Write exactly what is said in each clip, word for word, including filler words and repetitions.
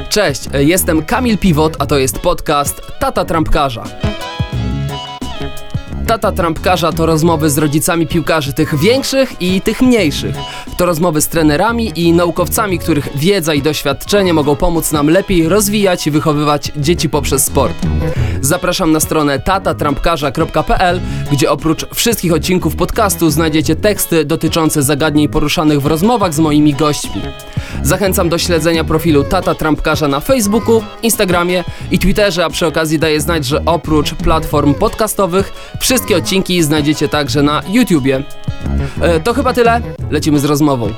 Cześć, jestem Kamil Piwot, a to jest podcast Tata Trampkarza. Tata Trampkarza to rozmowy z rodzicami piłkarzy, tych większych i tych mniejszych. To rozmowy z trenerami i naukowcami, których wiedza i doświadczenie mogą pomóc nam lepiej rozwijać i wychowywać dzieci poprzez sport. Zapraszam na stronę tata trampkarza kropka p l, gdzie oprócz wszystkich odcinków podcastu znajdziecie teksty dotyczące zagadnień poruszanych w rozmowach z moimi gośćmi. Zachęcam do śledzenia profilu Tata Trampkarza na Facebooku, Instagramie i Twitterze, a przy okazji daję znać, że oprócz platform podcastowych wszystkie odcinki znajdziecie także na YouTubie. E, to chyba tyle, lecimy z rozmową.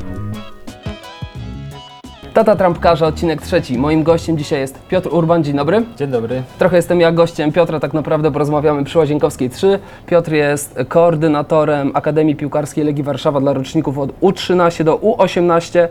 Tata Trampkarza, odcinek trzeci. Moim gościem dzisiaj jest Piotr Urban. Dzień dobry. Dzień dobry. Trochę jestem ja gościem Piotra, tak naprawdę porozmawiamy przy Łazienkowskiej trzy. Piotr jest koordynatorem Akademii Piłkarskiej Legii Warszawa dla roczników od U trzynaście do U osiemnaście.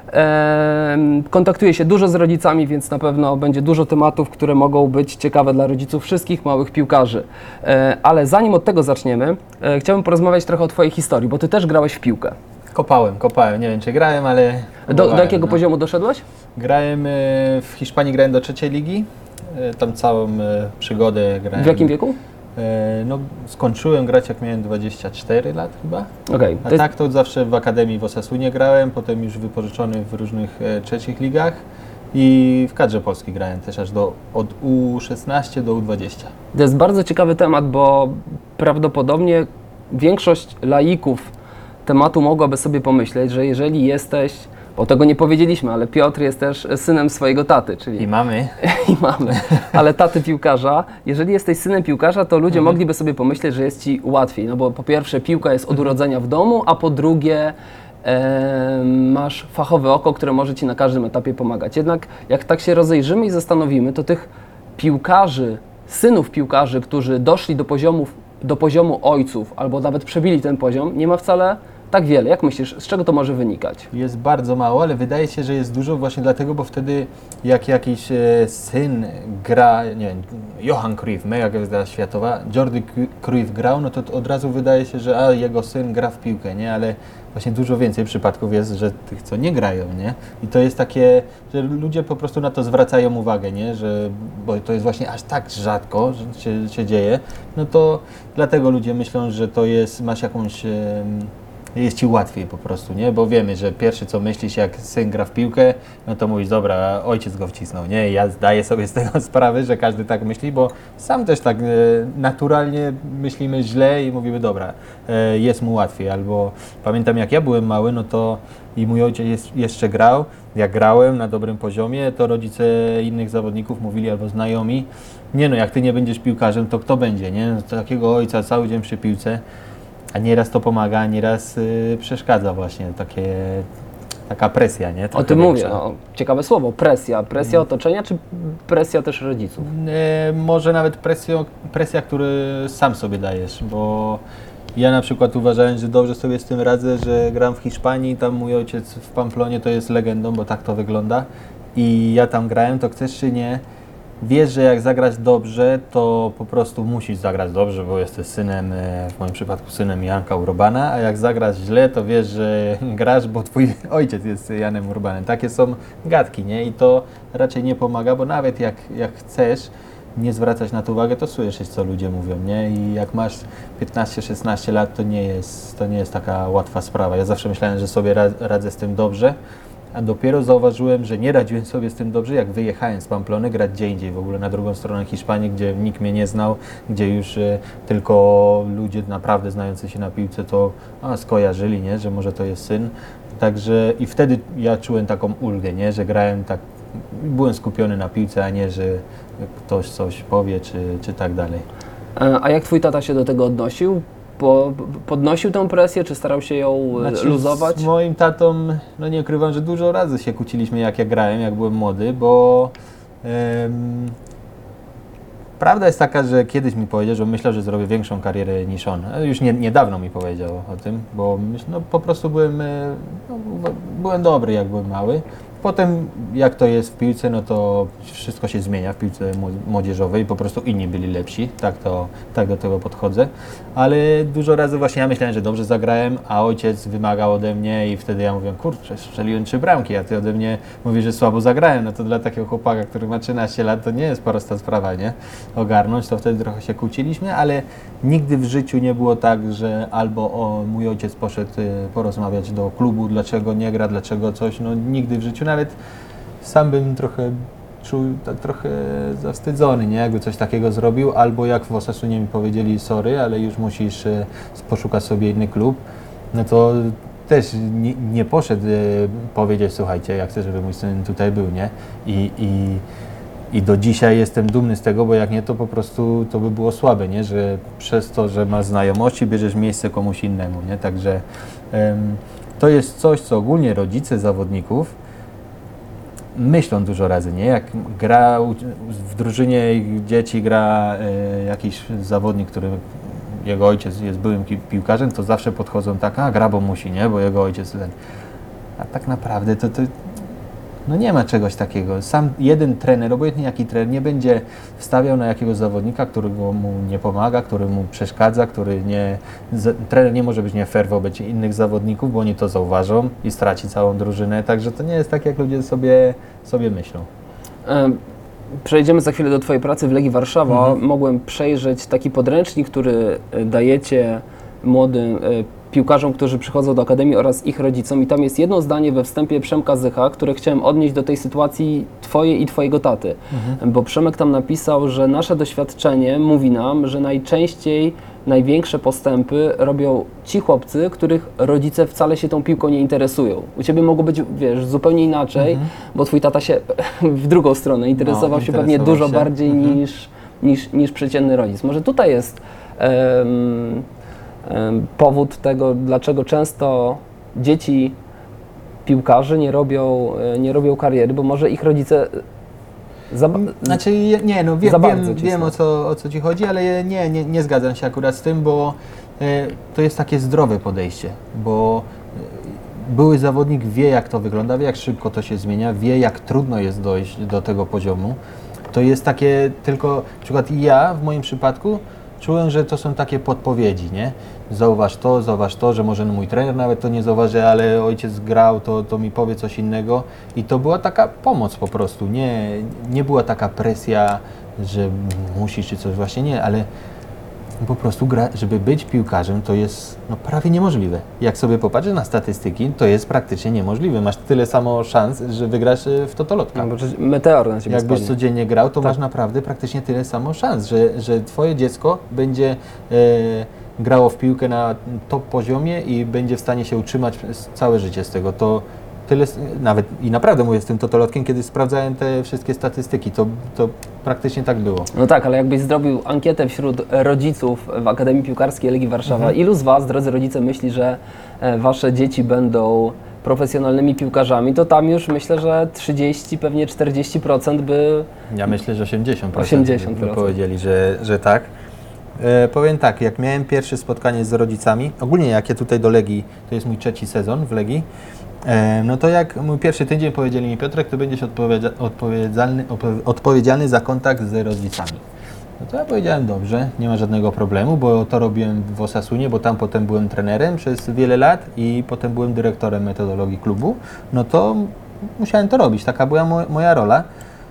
Eee, kontaktuje się dużo z rodzicami, więc na pewno będzie dużo tematów, które mogą być ciekawe dla rodziców wszystkich małych piłkarzy. Eee, ale zanim od tego zaczniemy, e, chciałbym porozmawiać trochę o Twojej historii, bo Ty też grałeś w piłkę. Kopałem, kopałem. Nie wiem, czy grałem, ale... Do, do jakiego no. poziomu doszedłeś? Grałem e, w Hiszpanii, grałem do trzeciej ligi. E, tam całą e, przygodę grałem. W jakim wieku? E, no, skończyłem grać, jak miałem dwadzieścia cztery lat chyba. Okay. A tak to zawsze w Akademii w Osasunie grałem, potem już wypożyczony w różnych e, trzecich ligach. I w kadrze Polski grałem też aż do, od U szesnaście do U dwadzieścia. To jest bardzo ciekawy temat, bo prawdopodobnie większość laików tematu mogłaby sobie pomyśleć, że jeżeli jesteś, bo tego nie powiedzieliśmy, ale Piotr jest też synem swojego taty, czyli... I mamy. I mamy, ale taty piłkarza. Jeżeli jesteś synem piłkarza, to ludzie mhm. mogliby sobie pomyśleć, że jest Ci łatwiej, no bo po pierwsze piłka jest od urodzenia w domu, a po drugie e, masz fachowe oko, które może Ci na każdym etapie pomagać. Jednak jak tak się rozejrzymy i zastanowimy, to tych piłkarzy, synów piłkarzy, którzy doszli do poziomów, do poziomu ojców albo nawet przebili ten poziom, nie ma wcale tak wiele. Jak myślisz, z czego to może wynikać? Jest bardzo mało, ale wydaje się, że jest dużo właśnie dlatego, bo wtedy jak jakiś e, syn gra, nie wiem, Johan Cruyff, mega gwiazda światowa, Jordi Cruyff grał, no to od razu wydaje się, że a, jego syn gra w piłkę, nie? Ale właśnie dużo więcej przypadków jest, że tych, co nie grają, nie? I to jest takie, że ludzie po prostu na to zwracają uwagę, nie? Że, bo to jest właśnie aż tak rzadko, że się, się dzieje, no to dlatego ludzie myślą, że to jest, masz jakąś... E, jest Ci łatwiej po prostu, nie? Bo wiemy, że pierwsze co myślisz, jak syn gra w piłkę, no to mówisz, dobra, ojciec go wcisnął, nie? Ja zdaję sobie z tego sprawę, że każdy tak myśli, bo sam też tak e, naturalnie myślimy źle i mówimy, dobra, e, jest mu łatwiej. Albo pamiętam, jak ja byłem mały, no to i mój ojciec jest, jeszcze grał, jak grałem na dobrym poziomie, to rodzice innych zawodników mówili, albo znajomi, nie no, jak Ty nie będziesz piłkarzem, to kto będzie, nie? No, takiego ojca cały dzień przy piłce. A nieraz to pomaga, a nieraz y, przeszkadza właśnie takie, taka presja, nie? Trochę o tym mówię, no, ciekawe słowo, presja. Presja hmm. otoczenia, czy presja też rodziców? E, może nawet presja, presja, którą sam sobie dajesz, bo ja na przykład uważałem, że dobrze sobie z tym radzę, że gram w Hiszpanii, tam mój ojciec w Pamplonie to jest legendą, bo tak to wygląda i ja tam grałem, to chcesz czy nie, wiesz, że jak zagrać dobrze, to po prostu musisz zagrać dobrze, bo jesteś synem, w moim przypadku synem Janka Urbana, a jak zagrasz źle, to wiesz, że grasz, bo twój ojciec jest Janem Urbanem. Takie są gadki, nie? I to raczej nie pomaga, bo nawet jak, jak chcesz nie zwracać na to uwagę, to słyszysz, co ludzie mówią, nie? I jak masz piętnaście szesnaście lat, to nie jest, to nie jest taka łatwa sprawa. Ja zawsze myślałem, że sobie radzę z tym dobrze, a dopiero zauważyłem, że nie radziłem sobie z tym dobrze, jak wyjechałem z Pamplony grać gdzie indziej, w ogóle na drugą stronę Hiszpanii, gdzie nikt mnie nie znał, gdzie już y, tylko ludzie naprawdę znający się na piłce to a, skojarzyli, nie? Że może to jest syn. Także i wtedy ja czułem taką ulgę, nie? Że grałem tak, byłem skupiony na piłce, a nie, że ktoś coś powie, czy, czy tak dalej. A jak Twój tata się do tego odnosił? Po, podnosił tę presję, czy starał się ją znaczy, luzować? Z moim tatą, no nie ukrywam, że dużo razy się kłóciliśmy, jak ja grałem, jak byłem młody, bo um, prawda jest taka, że kiedyś mi powiedział, że myślał, że zrobię większą karierę niż on. Już nie, niedawno mi powiedział o tym, bo myśl, no, po prostu byłem, no, byłem dobry, jak byłem mały, potem jak to jest w piłce, no to wszystko się zmienia w piłce młodzieżowej, po prostu inni byli lepsi, tak, to, tak do tego podchodzę, ale dużo razy właśnie ja myślałem, że dobrze zagrałem, a ojciec wymagał ode mnie i wtedy ja mówię, kurczę, strzeliłem trzy bramki, a ty ode mnie mówisz, że słabo zagrałem, no to dla takiego chłopaka, który ma trzynaście lat, to nie jest prosta sprawa, nie? Ogarnąć, to wtedy trochę się kłóciliśmy, ale nigdy w życiu nie było tak, że albo o, mój ojciec poszedł y, porozmawiać do klubu, dlaczego nie gra, dlaczego coś, no nigdy w życiu, nawet sam bym trochę czuł tak trochę zawstydzony, nie? Jakby coś takiego zrobił, albo jak w Osasunie mi powiedzieli sorry, ale już musisz y, poszukać sobie inny klub, no to też nie, nie poszedł y, powiedzieć, słuchajcie, ja chcę, żeby mój syn tutaj był, nie? I, i I do dzisiaj jestem dumny z tego, bo jak nie, to po prostu to by było słabe, nie? Że przez to, że masz znajomości, bierzesz miejsce komuś innemu, nie? Także um, to jest coś, co ogólnie rodzice zawodników myślą dużo razy, nie? Jak gra w drużynie ich dzieci gra e, jakiś zawodnik, który jego ojciec jest byłym piłkarzem, to zawsze podchodzą tak, a gra, bo musi, nie? Bo jego ojciec ten. A tak naprawdę to, to no nie ma czegoś takiego. Sam jeden trener, obojętnie jaki trener, nie będzie wstawiał na jakiegoś zawodnika, który mu nie pomaga, który mu przeszkadza, który nie... Z, trener nie może być nie fair wobec innych zawodników, bo oni to zauważą i straci całą drużynę, także to nie jest tak, jak ludzie sobie, sobie myślą. Przejdziemy za chwilę do Twojej pracy w Legii Warszawa. Mhm. Mogłem przejrzeć taki podręcznik, który dajecie młodym piłkarzom, którzy przychodzą do Akademii oraz ich rodzicom, i tam jest jedno zdanie we wstępie Przemka Zycha, które chciałem odnieść do tej sytuacji Twojej i Twojego taty. Mhm. Bo Przemek tam napisał, że nasze doświadczenie mówi nam, że najczęściej największe postępy robią ci chłopcy, których rodzice wcale się tą piłką nie interesują. U Ciebie mogło być, wiesz, zupełnie inaczej, mhm. bo Twój tata się w drugą stronę interesował no, się pewnie dużo się. bardziej mhm. niż, niż, niż przeciętny rodzic. Może tutaj jest um, powód tego, dlaczego często dzieci piłkarzy nie robią, nie robią kariery, bo może ich rodzice za, znaczy, nie, no wiem, wiem, wiem o, co, o co Ci chodzi, ale nie, nie, nie zgadzam się akurat z tym, bo e, to jest takie zdrowe podejście, bo e, były zawodnik wie, jak to wygląda, wie, jak szybko to się zmienia, wie, jak trudno jest dojść do tego poziomu. To jest takie tylko, na przykład ja w moim przypadku czułem, że to są takie podpowiedzi, nie? Zauważ to, zauważ to, że może mój trener nawet to nie zauważy, ale ojciec grał, to, to mi powie coś innego. I to była taka pomoc po prostu, nie, nie była taka presja, że musisz czy coś, właśnie nie, ale po prostu gra, żeby być piłkarzem, to jest no, prawie niemożliwe. Jak sobie popatrzysz na statystyki, to jest praktycznie niemożliwe. Masz tyle samo szans, że wygrasz w totolotka. No, bo meteor na ciebie Jakbyś spadnie. codziennie grał, to tak. masz naprawdę praktycznie tyle samo szans, że, że twoje dziecko będzie e, grało w piłkę na top poziomie i będzie w stanie się utrzymać przez całe życie z tego. To tyle, nawet i naprawdę mówię z tym totolotkiem, kiedy sprawdzałem te wszystkie statystyki, to, to praktycznie tak było. No tak, ale jakbyś zrobił ankietę wśród rodziców w Akademii Piłkarskiej Legii Warszawa, mhm. ilu z Was, drodzy rodzice, myśli, że Wasze dzieci będą profesjonalnymi piłkarzami, to tam już myślę, że trzydzieści, pewnie czterdzieści procent by... Ja myślę, że osiemdziesiąt procent, osiemdziesiąt procent. by powiedzieli, że, że tak. E, powiem tak, jak miałem pierwsze spotkanie z rodzicami, ogólnie jak ja tutaj do Legii, to jest mój trzeci sezon w Legii, e, no to jak mój pierwszy tydzień powiedzieli mi: Piotrek, to będziesz odpowiedzialny, odpowiedzialny, odpowiedzialny za kontakt z rodzicami. No to ja powiedziałem: dobrze, nie ma żadnego problemu, bo to robiłem w Osasunie, bo tam potem byłem trenerem przez wiele lat i potem byłem dyrektorem metodologii klubu, no to musiałem to robić, taka była mo moja rola.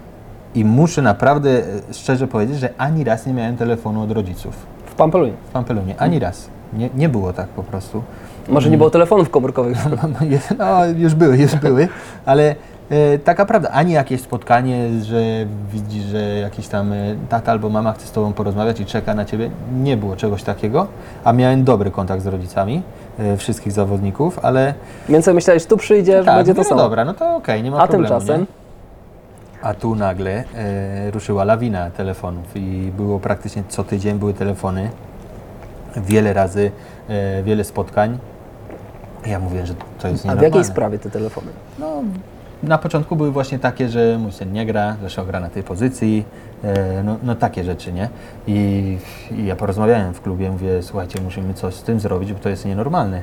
I muszę naprawdę szczerze powiedzieć, że ani raz nie miałem telefonu od rodziców. W Pampelunie? W Pampelunie, ani raz. Nie, nie było tak po prostu. Może nie było telefonów komórkowych? No, już były, już były, ale e, taka prawda, ani jakieś spotkanie, że widzisz, że jakiś tam e, tata albo mama chce z tobą porozmawiać i czeka na ciebie, nie było czegoś takiego, a miałem dobry kontakt z rodzicami e, wszystkich zawodników, ale... Więc sobie myślałeś, tu przyjdziesz, tak, będzie to no samo. dobra, no to okej, okay, nie ma a problemu. A tymczasem? Nie? A tu nagle e, ruszyła lawina telefonów i było praktycznie co tydzień były telefony, wiele razy, e, wiele spotkań. Ja mówię, że to jest nienormalne. A w jakiej sprawie te telefony? No, na początku były właśnie takie, że mój syn nie gra, że gra na tej pozycji, e, no, no takie rzeczy, nie? I, I ja porozmawiałem w klubie, mówię: słuchajcie, musimy coś z tym zrobić, bo to jest nienormalne.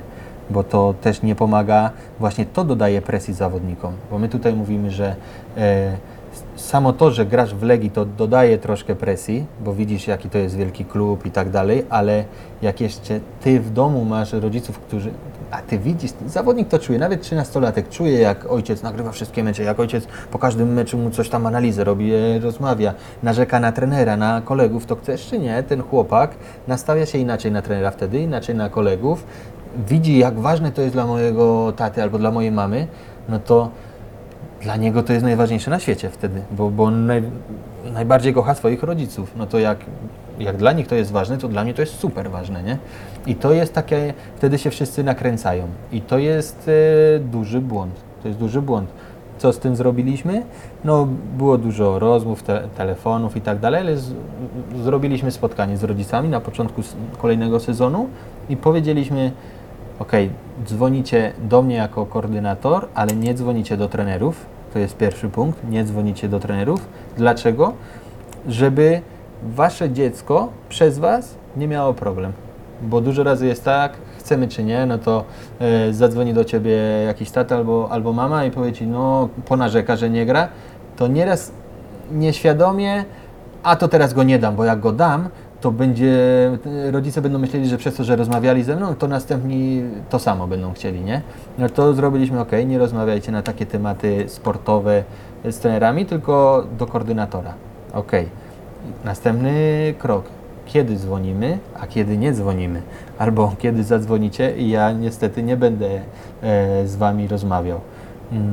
bo to też nie pomaga, właśnie to dodaje presji zawodnikom, bo my tutaj mówimy, że e, samo to, że grasz w Legii, to dodaje troszkę presji, bo widzisz, jaki to jest wielki klub i tak dalej, ale jak jeszcze ty w domu masz rodziców, którzy, a ty widzisz, zawodnik to czuje, nawet trzynastolatek czuje, jak ojciec nagrywa wszystkie mecze, jak ojciec po każdym meczu mu coś tam analizę robi, e, rozmawia, narzeka na trenera, na kolegów, to chcesz czy nie, ten chłopak nastawia się inaczej na trenera wtedy, inaczej na kolegów, widzi, jak ważne to jest dla mojego taty albo dla mojej mamy, no to dla niego to jest najważniejsze na świecie wtedy, bo, bo on naj, najbardziej kocha swoich rodziców. No to jak, jak dla nich to jest ważne, to dla mnie to jest super ważne, nie? I to jest takie, wtedy się wszyscy nakręcają. I to jest e, duży błąd. To jest duży błąd. Co z tym zrobiliśmy? No było dużo rozmów, te, telefonów i tak dalej, ale z, zrobiliśmy spotkanie z rodzicami na początku kolejnego sezonu i powiedzieliśmy, ok, dzwonicie do mnie jako koordynator, ale nie dzwonicie do trenerów. To jest pierwszy punkt. Nie dzwonicie do trenerów. Dlaczego? Żeby wasze dziecko przez was nie miało problem. Bo dużo razy jest tak, chcemy czy nie, no to e, zadzwoni do ciebie jakiś tata albo, albo mama i powie ci, no ponarzeka, że nie gra. To nieraz nieświadomie, a to teraz go nie dam, bo jak go dam, to będzie, rodzice będą myśleli, że przez to, że rozmawiali ze mną, to następni to samo będą chcieli, nie? No to zrobiliśmy, ok, nie rozmawiajcie na takie tematy sportowe z trenerami, tylko do koordynatora. Ok. Następny krok. Kiedy dzwonimy, a kiedy nie dzwonimy. Albo kiedy zadzwonicie i ja niestety nie będę e, z wami rozmawiał. Mm.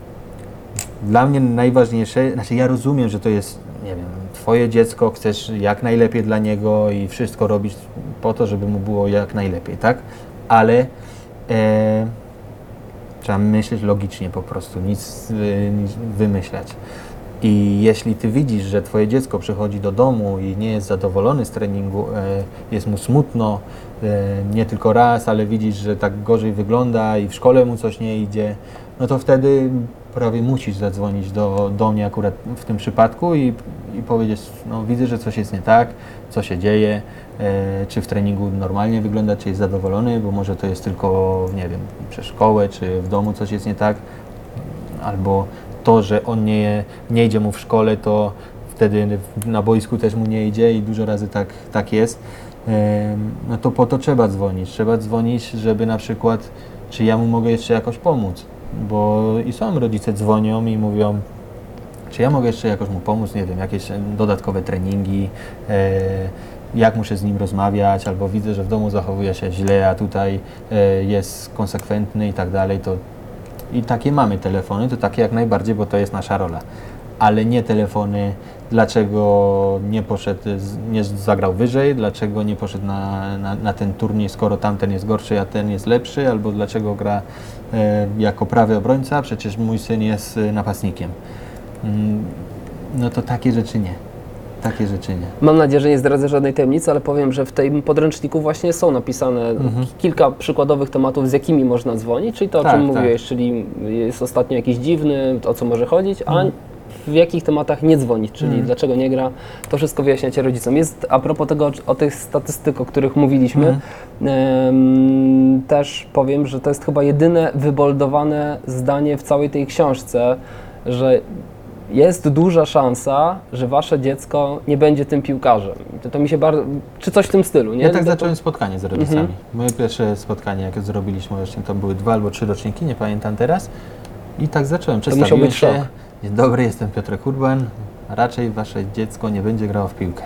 Dla mnie najważniejsze, znaczy ja rozumiem, że to jest, nie wiem, twoje dziecko, chcesz jak najlepiej dla niego i wszystko robić po to, żeby mu było jak najlepiej, tak? Ale e, trzeba myśleć logicznie po prostu, nic, nic wymyślać. I jeśli ty widzisz, że twoje dziecko przychodzi do domu i nie jest zadowolony z treningu, e, jest mu smutno, e, nie tylko raz, ale widzisz, że tak gorzej wygląda i w szkole mu coś nie idzie, no to wtedy prawie musisz zadzwonić do, do mnie akurat w tym przypadku i, i powiedzieć, no widzę, że coś jest nie tak, co się dzieje, e, czy w treningu normalnie wygląda, czy jest zadowolony, bo może to jest tylko, nie wiem, przez szkołę, czy w domu coś jest nie tak, albo to, że on nie, nie idzie mu w szkole, to wtedy na boisku też mu nie idzie i dużo razy tak, tak jest, e, no to po to trzeba dzwonić, trzeba dzwonić, żeby na przykład, czy ja mu mogę jeszcze jakoś pomóc. Bo i są rodzice dzwonią i mówią, czy ja mogę jeszcze jakoś mu pomóc, nie wiem, jakieś dodatkowe treningi, e, jak muszę z nim rozmawiać, albo widzę, że w domu zachowuje się źle, a tutaj e, jest konsekwentny i tak dalej, to i takie mamy telefony, to takie jak najbardziej, bo to jest nasza rola. Ale nie telefony, dlaczego nie poszedł, nie zagrał wyżej, dlaczego nie poszedł na, na, na ten turniej, skoro tamten jest gorszy, a ten jest lepszy, albo dlaczego gra e, jako prawy obrońca, przecież mój syn jest napastnikiem. Mm, no to takie rzeczy nie. Takie rzeczy nie. Mam nadzieję, że nie zdradzę żadnej tajemnicy, ale powiem, że w tym podręczniku właśnie są napisane mhm. kilka przykładowych tematów, z jakimi można dzwonić, czyli to, o tak, czym tak. mówiłeś, czyli jest ostatnio jakiś dziwny, o co może chodzić, a mhm. w jakich tematach nie dzwonić, czyli mhm. dlaczego nie gra, to wszystko wyjaśniacie rodzicom. Jest, a propos tego, o tych statystyk, o których mówiliśmy, mhm. ym, też powiem, że to jest chyba jedyne wyboldowane zdanie w całej tej książce, że jest duża szansa, że wasze dziecko nie będzie tym piłkarzem. To, to mi się bardzo... Czy coś w tym stylu, nie? Ja tak to, zacząłem spotkanie z rodzicami. Mhm. Moje pierwsze spotkanie, jakie zrobiliśmy, właśnie to były dwa albo trzy roczniki, nie pamiętam teraz. I tak zacząłem. To musiał być szok. Dzień dobry, jestem Piotrek Urban. Raczej wasze dziecko nie będzie grało w piłkę.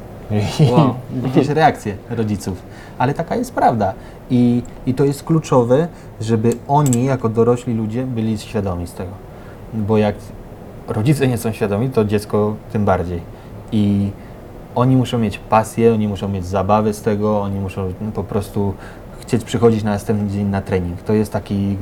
I Wow. widzisz reakcję rodziców. Ale taka jest prawda. I, I to jest kluczowe, żeby oni jako dorośli ludzie byli świadomi z tego. Bo jak rodzice nie są świadomi, to dziecko tym bardziej. I oni muszą mieć pasję, oni muszą mieć zabawę z tego, oni muszą po prostu chcieć przychodzić na następny dzień na trening. To jest taki,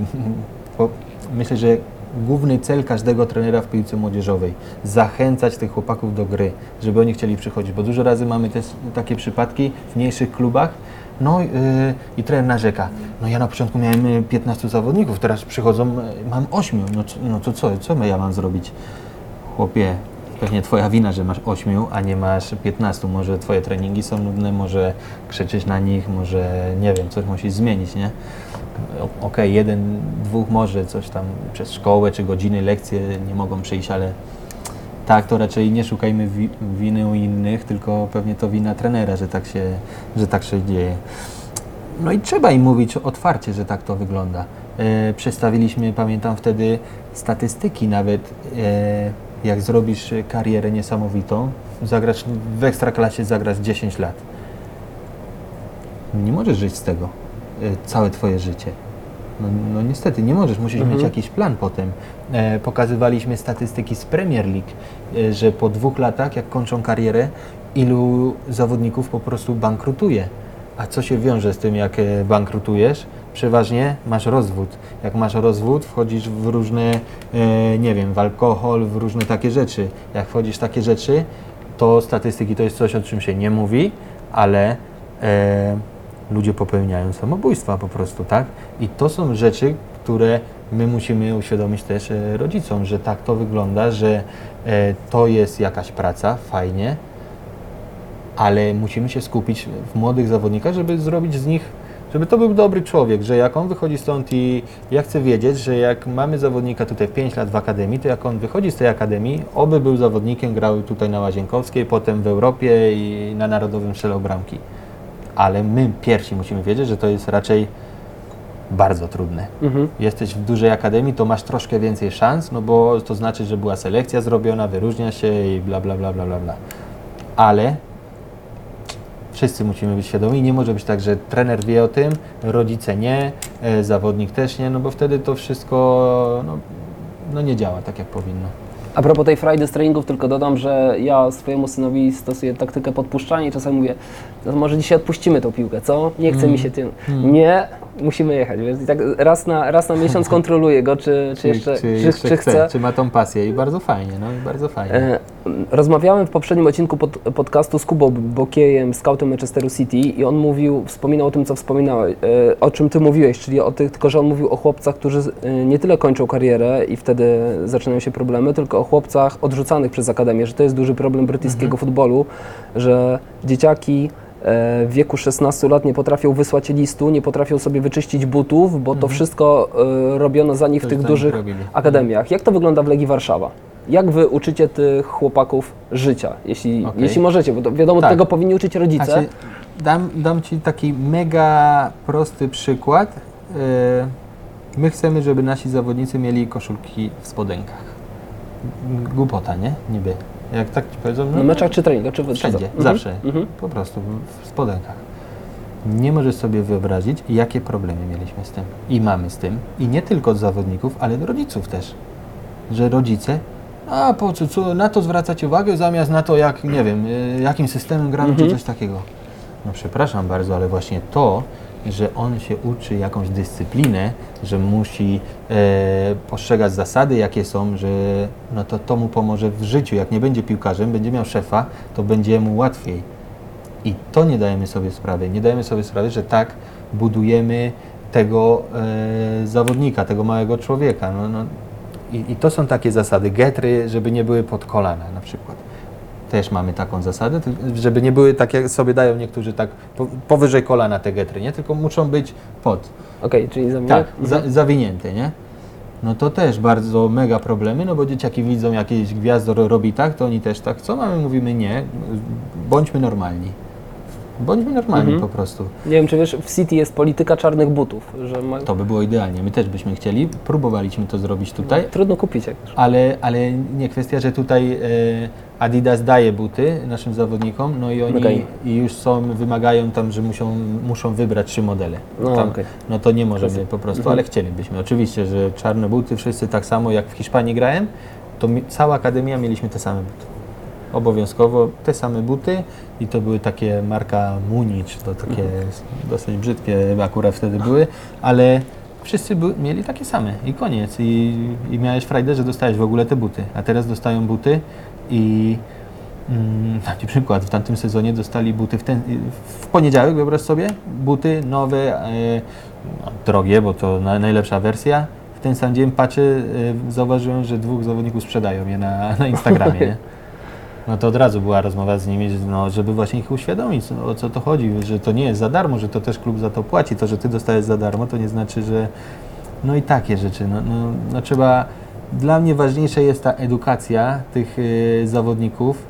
myślę, że główny cel każdego trenera w piłce młodzieżowej. Zachęcać tych chłopaków do gry, żeby oni chcieli przychodzić, bo dużo razy mamy też takie przypadki w mniejszych klubach, no yy, i trener narzeka. No ja na początku miałem piętnastu zawodników, teraz przychodzą, mam ośmiu. No, no to co, co ja mam zrobić? Chłopie, pewnie twoja wina, że masz ośmiu, a nie masz piętnastu. Może twoje treningi są nudne, może krzyczysz na nich, może nie wiem, coś musisz zmienić, nie? o- okej, jeden, dwóch może coś tam przez szkołę czy godziny, lekcje nie mogą przyjść, ale tak, to raczej nie szukajmy wi- winy u innych, tylko pewnie to wina trenera, że tak się, że tak się dzieje. No i trzeba im mówić otwarcie, że tak to wygląda. E, przedstawiliśmy, pamiętam wtedy, statystyki nawet, e, jak zrobisz karierę niesamowitą, zagrasz w Ekstraklasie, zagrasz dziesięć lat. Nie możesz żyć z tego e, całe twoje życie. No, no niestety, nie możesz, musisz Mhm. mieć jakiś plan potem. E, pokazywaliśmy statystyki z Premier League, e, że po dwóch latach, jak kończą karierę, ilu zawodników po prostu bankrutuje. A co się wiąże z tym, jak e, bankrutujesz? Przeważnie masz rozwód. Jak masz rozwód, wchodzisz w różne, e, nie wiem, w alkohol, w różne takie rzeczy. Jak wchodzisz w takie rzeczy, to statystyki to jest coś, o czym się nie mówi, ale e, ludzie popełniają samobójstwa po prostu, tak? I to są rzeczy, które my musimy uświadomić też e, rodzicom, że tak to wygląda, że e, to jest jakaś praca, fajnie, ale musimy się skupić w młodych zawodnikach, żeby zrobić z nich, żeby to był dobry człowiek, że jak on wychodzi stąd i ja chcę wiedzieć, że jak mamy zawodnika tutaj pięć lat w akademii, to jak on wychodzi z tej akademii, oby był zawodnikiem, grał tutaj na Łazienkowskiej, potem w Europie i na Narodowym strzelał bramki. Ale my pierwsi musimy wiedzieć, że to jest raczej bardzo trudne. Mhm. Jesteś w dużej akademii, to masz troszkę więcej szans, no bo to znaczy, że była selekcja zrobiona, wyróżnia się i bla, bla, bla, bla, bla, bla. Ale wszyscy musimy być świadomi. Nie może być tak, że trener wie o tym, rodzice nie, e, zawodnik też nie, no bo wtedy to wszystko no, no nie działa tak, jak powinno. A propos tej frajdy z treningów, tylko dodam, że ja swojemu synowi stosuję taktykę podpuszczania i czasami mówię, no może dzisiaj odpuścimy tą piłkę, co? Nie chce Mm. mi się tym. Nie, musimy jechać. Więc i tak raz na, raz na miesiąc kontroluję go, czy, czy, jeszcze, czy, czy, jeszcze czy chce, chce. czy ma tą pasję i bardzo fajnie, no i bardzo fajnie. E, Rozmawiałem w poprzednim odcinku pod, podcastu z Kubą Bokiejem, scoutem Manchesteru City i on mówił, wspominał o tym, co wspominałeś, e, o czym ty mówiłeś, czyli o tych, tylko że on mówił o chłopcach, którzy e, nie tyle kończą karierę i wtedy zaczynają się problemy, tylko o chłopcach odrzucanych przez akademię, że to jest duży problem brytyjskiego Mhm. futbolu, że dzieciaki e, w wieku szesnastu lat nie potrafią wysłać listu, nie potrafią sobie wyczyścić butów, bo to Mhm. wszystko e, robiono za nich w Coś tych za nich dużych robili. akademiach. Jak to wygląda w Legii Warszawa? Jak wy uczycie tych chłopaków życia, jeśli, Okej. jeśli możecie, bo to wiadomo, Tak. tego powinni uczyć rodzice. Znaczy, dam, dam Ci taki mega prosty przykład. Yy, My chcemy, żeby nasi zawodnicy mieli koszulki w spodenkach. Głupota, nie? Niby. Jak tak Ci powiedzą, Na meczach czy treningach, czy w wszędzie, Mhm. zawsze. Mhm. Po prostu w, w spodenkach. Nie możesz sobie wyobrazić, jakie problemy mieliśmy z tym. I mamy z tym. I nie tylko od zawodników, ale od rodziców też. Że rodzice, a po co, co na to zwracać uwagę, zamiast na to, jak, nie wiem, y, jakim systemem gramy, Mhm. czy coś takiego. No przepraszam bardzo, ale właśnie to, że on się uczy jakąś dyscyplinę, że musi e, postrzegać zasady, jakie są, że no to, to mu pomoże w życiu. Jak nie będzie piłkarzem, będzie miał szefa, to będzie mu łatwiej. I to nie dajemy sobie sprawy. Nie dajemy sobie sprawy, że tak budujemy tego e, zawodnika, tego małego człowieka. No, no, i, I to są takie zasady. Getry, żeby nie były pod kolana na przykład. Też mamy taką zasadę, ty- żeby nie były tak, jak sobie dają niektórzy tak po, powyżej kolana te getry, nie? Tylko muszą być pod. Okej, czyli za mnie. Tak, Mhm. za, zawinięte, nie? No to też bardzo mega problemy, no bo dzieciaki widzą jakieś gwiazdor robi tak, to oni też tak chcą, a my mówimy nie, bądźmy normalni. Bądźmy normalni Mhm. po prostu. Nie wiem, czy wiesz, w City jest polityka czarnych butów, że ma... To by było idealnie, my też byśmy chcieli, próbowaliśmy to zrobić tutaj, trudno kupić jakoś. ale, ale nie kwestia, że tutaj e, Adidas daje buty naszym zawodnikom, no i oni Okej. i już są, wymagają tam, że muszą, muszą wybrać trzy modele. No, tam, okej. no to nie możemy Kwestia. po prostu, Mhm. ale chcielibyśmy. Oczywiście, że czarne buty, wszyscy tak samo jak w Hiszpanii grałem, to mi, cała akademia mieliśmy te same buty. Obowiązkowo te same buty i to były takie marka Munich, to takie dosyć brzydkie akurat wtedy były, ale wszyscy by, mieli takie same i koniec. I, I miałeś frajdę, że dostałeś w ogóle te buty, a teraz dostają buty i mm, taki przykład, w tamtym sezonie dostali buty w, ten, w poniedziałek, wyobraź sobie, buty nowe, e, no, drogie, bo to na, najlepsza wersja. W ten sam dzień patrzę, e, zauważyłem, że dwóch zawodników sprzedają je na, na Instagramie, nie? no to od razu była rozmowa z nimi, że, no, żeby właśnie ich uświadomić, no, o co to chodzi, że to nie jest za darmo, że to też klub za to płaci. To, że ty dostajesz za darmo, to nie znaczy, że no i takie rzeczy. No, no, no trzeba, dla mnie ważniejsza jest ta edukacja tych y, zawodników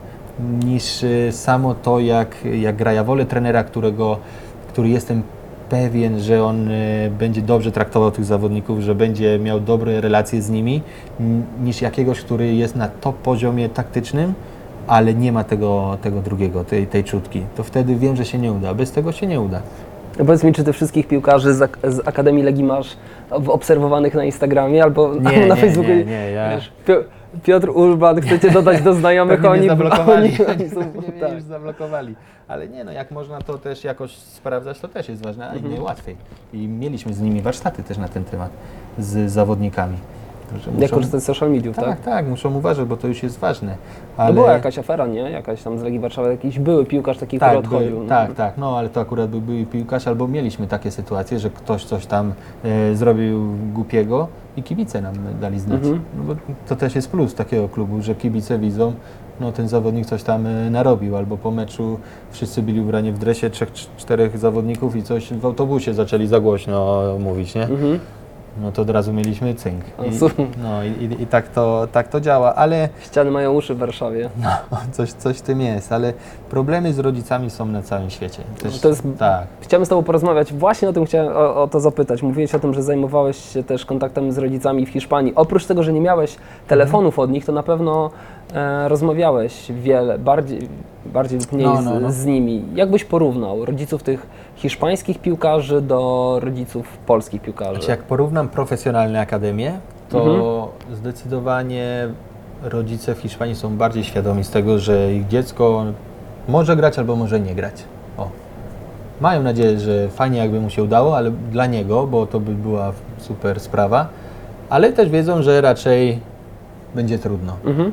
niż y, samo to, jak, jak gra. Ja wolę trenera, którego, który jestem pewien, że on y, będzie dobrze traktował tych zawodników, że będzie miał dobre relacje z nimi, n- niż jakiegoś, który jest na top poziomie taktycznym, ale nie ma tego, tego drugiego, tej, tej czutki. To wtedy wiem, że się nie uda. Bez tego się nie uda. No powiedz mi, czy ty wszystkich piłkarzy z, ak- z Akademii Legii masz w- obserwowanych na Instagramie albo Nie, albo na nie, Facebooku? nie, nie, ja- Wiesz, Pio- Piotr Urban, chcecie dodać do znajomych, Pewnie oni, mnie zablokowali. oni, oni są, Pewnie mnie tak. już zablokowali. Ale nie, no jak można to też jakoś sprawdzać, to też jest ważne, a Mhm. innej łatwiej. I mieliśmy z nimi warsztaty też na ten temat, z zawodnikami. Że Jak korzystać z social mediów, tak, tak? tak, muszą uważać, bo to już jest ważne. No Ale... była jakaś afera, nie? Jakaś tam z Legii Warszawy, jakiś były piłkarz taki, tak, który odchodził. By, no. tak, tak, no ale to akurat był, był piłkarz, albo mieliśmy takie sytuacje, że ktoś coś tam e, zrobił głupiego i kibice nam dali znać. Mhm. No bo to też jest plus takiego klubu, że kibice widzą, no ten zawodnik coś tam e, narobił, albo po meczu wszyscy byli ubrani w dresie, trzech, cz- czterech zawodników i coś w autobusie zaczęli za głośno mówić, nie? Mhm. No to od razu mieliśmy cynk. O, I, super. no i, i, i tak, to, tak to działa, ale Ściany mają uszy w Warszawie. no, coś, coś w tym jest, ale problemy z rodzicami są na całym świecie. Też, To jest- tak. Chciałem z Tobą porozmawiać, właśnie o tym chciałem o, o to zapytać. Mówiłeś o tym, że zajmowałeś się też kontaktem z rodzicami w Hiszpanii. Oprócz tego, że nie miałeś telefonów od nich, to na pewno e, rozmawiałeś wiele, bardziej, bardziej lub mniej No, no, no. Z, z nimi. Jak byś porównał rodziców tych hiszpańskich piłkarzy do rodziców polskich piłkarzy? Znaczy, jak porównam profesjonalne akademie, to Mhm. zdecydowanie rodzice w Hiszpanii są bardziej świadomi z tego, że ich dziecko może grać albo może nie grać. O. Mają nadzieję, że fajnie jakby mu się udało, ale dla niego, bo to by była super sprawa, ale też wiedzą, że raczej będzie trudno. Mhm.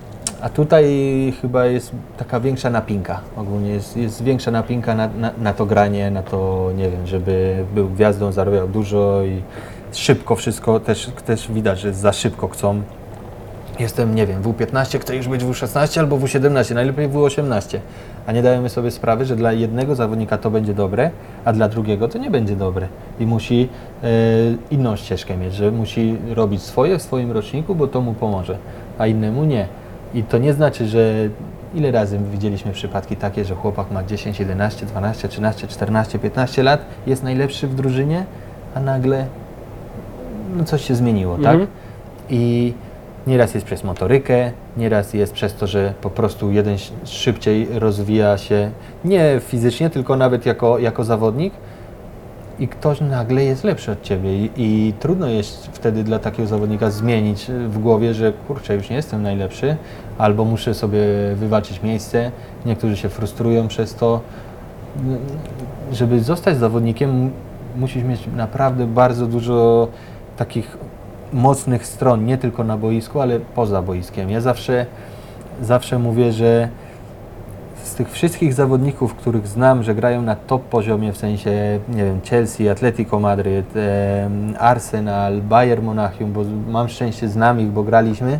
A tutaj chyba jest taka większa napinka, ogólnie jest, jest większa napinka na, na, na to granie, na to, nie wiem, żeby był gwiazdą, zarabiał dużo i szybko wszystko, też, też widać, że za szybko chcą. Jestem, nie wiem, W piętnaście, chcę już być W szesnaście albo W siedemnaście, najlepiej W osiemnaście. A nie dajemy sobie sprawy, że dla jednego zawodnika to będzie dobre, a dla drugiego to nie będzie dobre. I musi e, inną ścieżkę mieć, że musi robić swoje w swoim roczniku, bo to mu pomoże, a innemu nie. I to nie znaczy, że ile razy widzieliśmy przypadki takie, że chłopak ma dziesięć, jedenaście, dwanaście, trzynaście, czternaście, piętnaście lat, jest najlepszy w drużynie, a nagle no coś się zmieniło, Mhm. tak? I nieraz jest przez motorykę, nieraz jest przez to, że po prostu jeden sz- szybciej rozwija się, nie fizycznie, tylko nawet jako, jako zawodnik i ktoś nagle jest lepszy od Ciebie i, i trudno jest wtedy dla takiego zawodnika zmienić w głowie, że kurczę, już nie jestem najlepszy, albo muszę sobie wywalczyć miejsce. Niektórzy się frustrują przez to. Żeby zostać zawodnikiem, m- musisz mieć naprawdę bardzo dużo takich mocnych stron, nie tylko na boisku, ale poza boiskiem. Ja zawsze, zawsze mówię, że z tych wszystkich zawodników, których znam, że grają na top poziomie, w sensie, nie wiem, Chelsea, Atletico Madryt, em, Arsenal, Bayern Monachium, bo mam szczęście, znam ich, bo graliśmy.